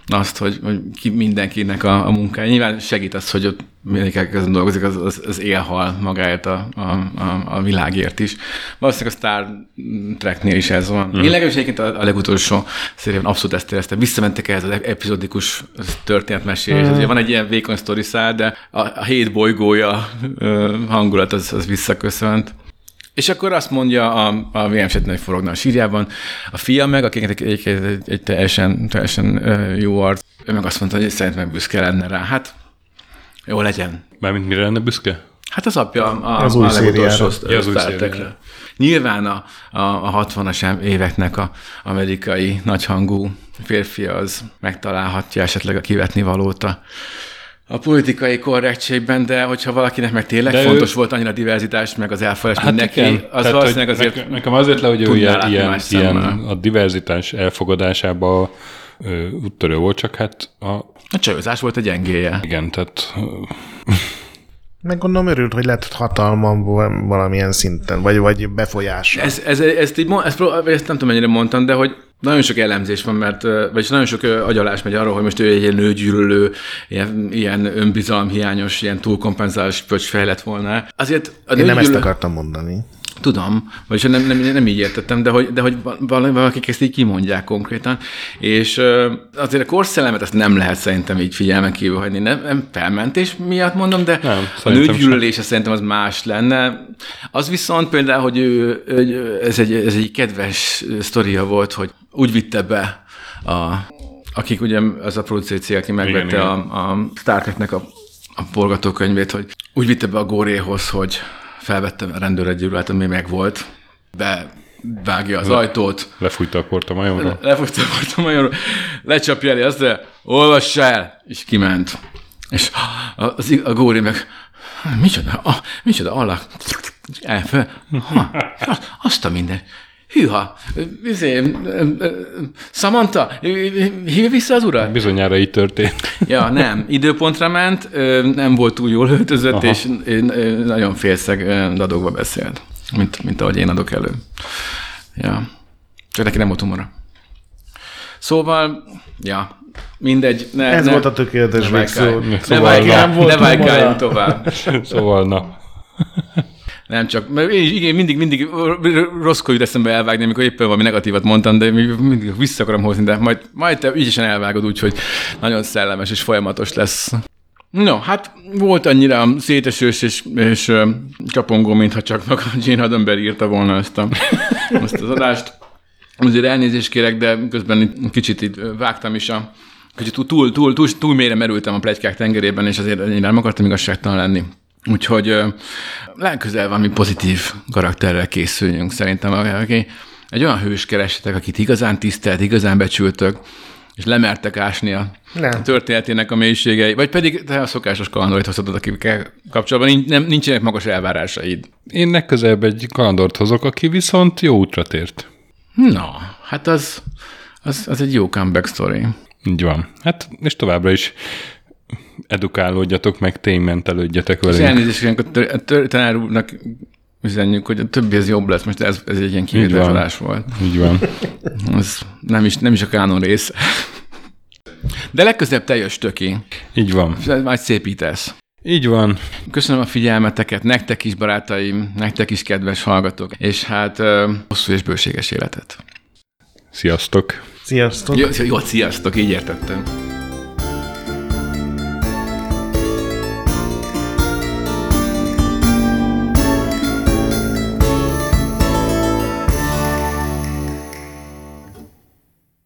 azt, hogy mindenkinek a munkája. Nyilván segít az, hogy ott mindenki elkezden dolgozik, az élhal magáért a világért is. Valószínűleg a Star Treknél is ez van. Én legalábbis egyébként a legutolsó szériában abszolút ezt éreztem. Visszamentek ehhez az epizodikus történetmesélés. Azért van egy ilyen vékony sztori szál, de a 7 bolygója hangulat az visszaköszönt. És akkor azt mondja a VM-set nagy forogna a sírjában, a fia meg, akinek egy teljesen jó arc, ő meg azt mondta, hogy szerintem büszke lenne rá. Hát jó legyen. Mármint mire lenne büszke? Hát az apja az új legutolsó Star Trekre. Nyilván a 60-as éveknek a amerikai nagyhangú férfi az megtalálhatja esetleg a kivetni valót a politikai korrektségben, de hogyha valakinek meg tényleg fontos volt annyira a diverzitás, meg az elfogadás mindenki, igen. az tehát, valószínűleg azért nekem azért le, hogy ő ilyen a a diverzitás elfogadásában úttörő volt, csak hát a csajozás volt a gyengéje. igen, tehát Meg gondolom örült, hogy lett hatalma valamilyen szinten, vagy befolyása. Ezt nem tudom, mennyire mondtam, de hogy nagyon sok elemzés van, vagyis nagyon sok agyalás megy arról, hogy most ő egy ilyen nőgyűlölő, ilyen önbizalomhiányos, ilyen túlkompenzálós pöcsfej lett volna. Azért Én nem ezt akartam mondani. Tudom, vagyis nem így értettem, de hogy valakik ezt így kimondják konkrétan, és azért a korszellemet ezt nem lehet szerintem így figyelmen kívül hagyni. Nem felmentés miatt mondom, de nem, a nőgyűlölése szerintem az más lenne. Az viszont például, hogy ez egy kedves sztoria volt, hogy úgy vitte be akik ugye az a produceri cég, aki megvette a Star Treknek a forgatókönyvét, hogy úgy vitte be a góréhoz, hogy felvettem a rendőregyűrűt, ami meg volt, bevágja az ajtót. Lefújta a port a majomra. Lefújta a port a majomra, lecsapja elé, azt mondja, olvass el, és kiment. És a góri meg, micsoda alak, azt a minden. Hűha, Samantha, hívj vissza az urat? Bizonyára így történt. Ja, nem. Időpontra ment, nem volt túl jól öltözött, és nagyon félszeg dadogva beszélt, mint ahogy én adok elő. Ja. Csak neki nem volt humora. Szóval, ja, mindegy. Ez volt a tökéletes végszó. Ne vájkáljunk tovább. Szóval, na. Nem csak, mert én mindig rosszkor jut eszembe elvágni, amikor éppen valami negatívat mondtam, de mindig vissza akarom hozni, de majd te ügyesen elvágod úgy, hogy nagyon szellemes és folyamatos lesz. No, hát volt annyira szétesős és csapongó, mintha csak maga Gene Roddenberry írta volna ezt az adást. Azért elnézést kérek, de közben kicsit itt vágtam is kicsit túl mélyre merültem a pletykák tengerében, és azért én nem akartam igazságtalan lenni. Úgyhogy legközelebb valami pozitív karakterrel készüljünk. Szerintem egy olyan hős keressetek, akit igazán tisztelt, igazán becsültök, és lemertek ásni a történetének a mélységei, vagy pedig te a szokásos kalandorit hozhatod, akikkel kapcsolatban nincsenek magas elvárásaid. Én legközelebb egy kalandort hozok, aki viszont jó útra tért. Na, hát az egy jó comeback story. Így van. Hát, és továbbra is edukálódjatok, meg ténymentelődjetek velünk. És elnézést, a tanár úrnak üzenjük, hogy a többi ez jobb lesz. Most ez egy ilyen kivételes adás volt. Így van. Ez nem is a kánon része. De legközelebb te jössz, Töki. Így van. Majd szépítesz. Így van. Köszönöm a figyelmeteket, nektek is, barátaim, nektek is, kedves hallgatók, és hát hosszú és bőséges életet. Sziasztok. Sziasztok. Jó, sziasztok, így értettem.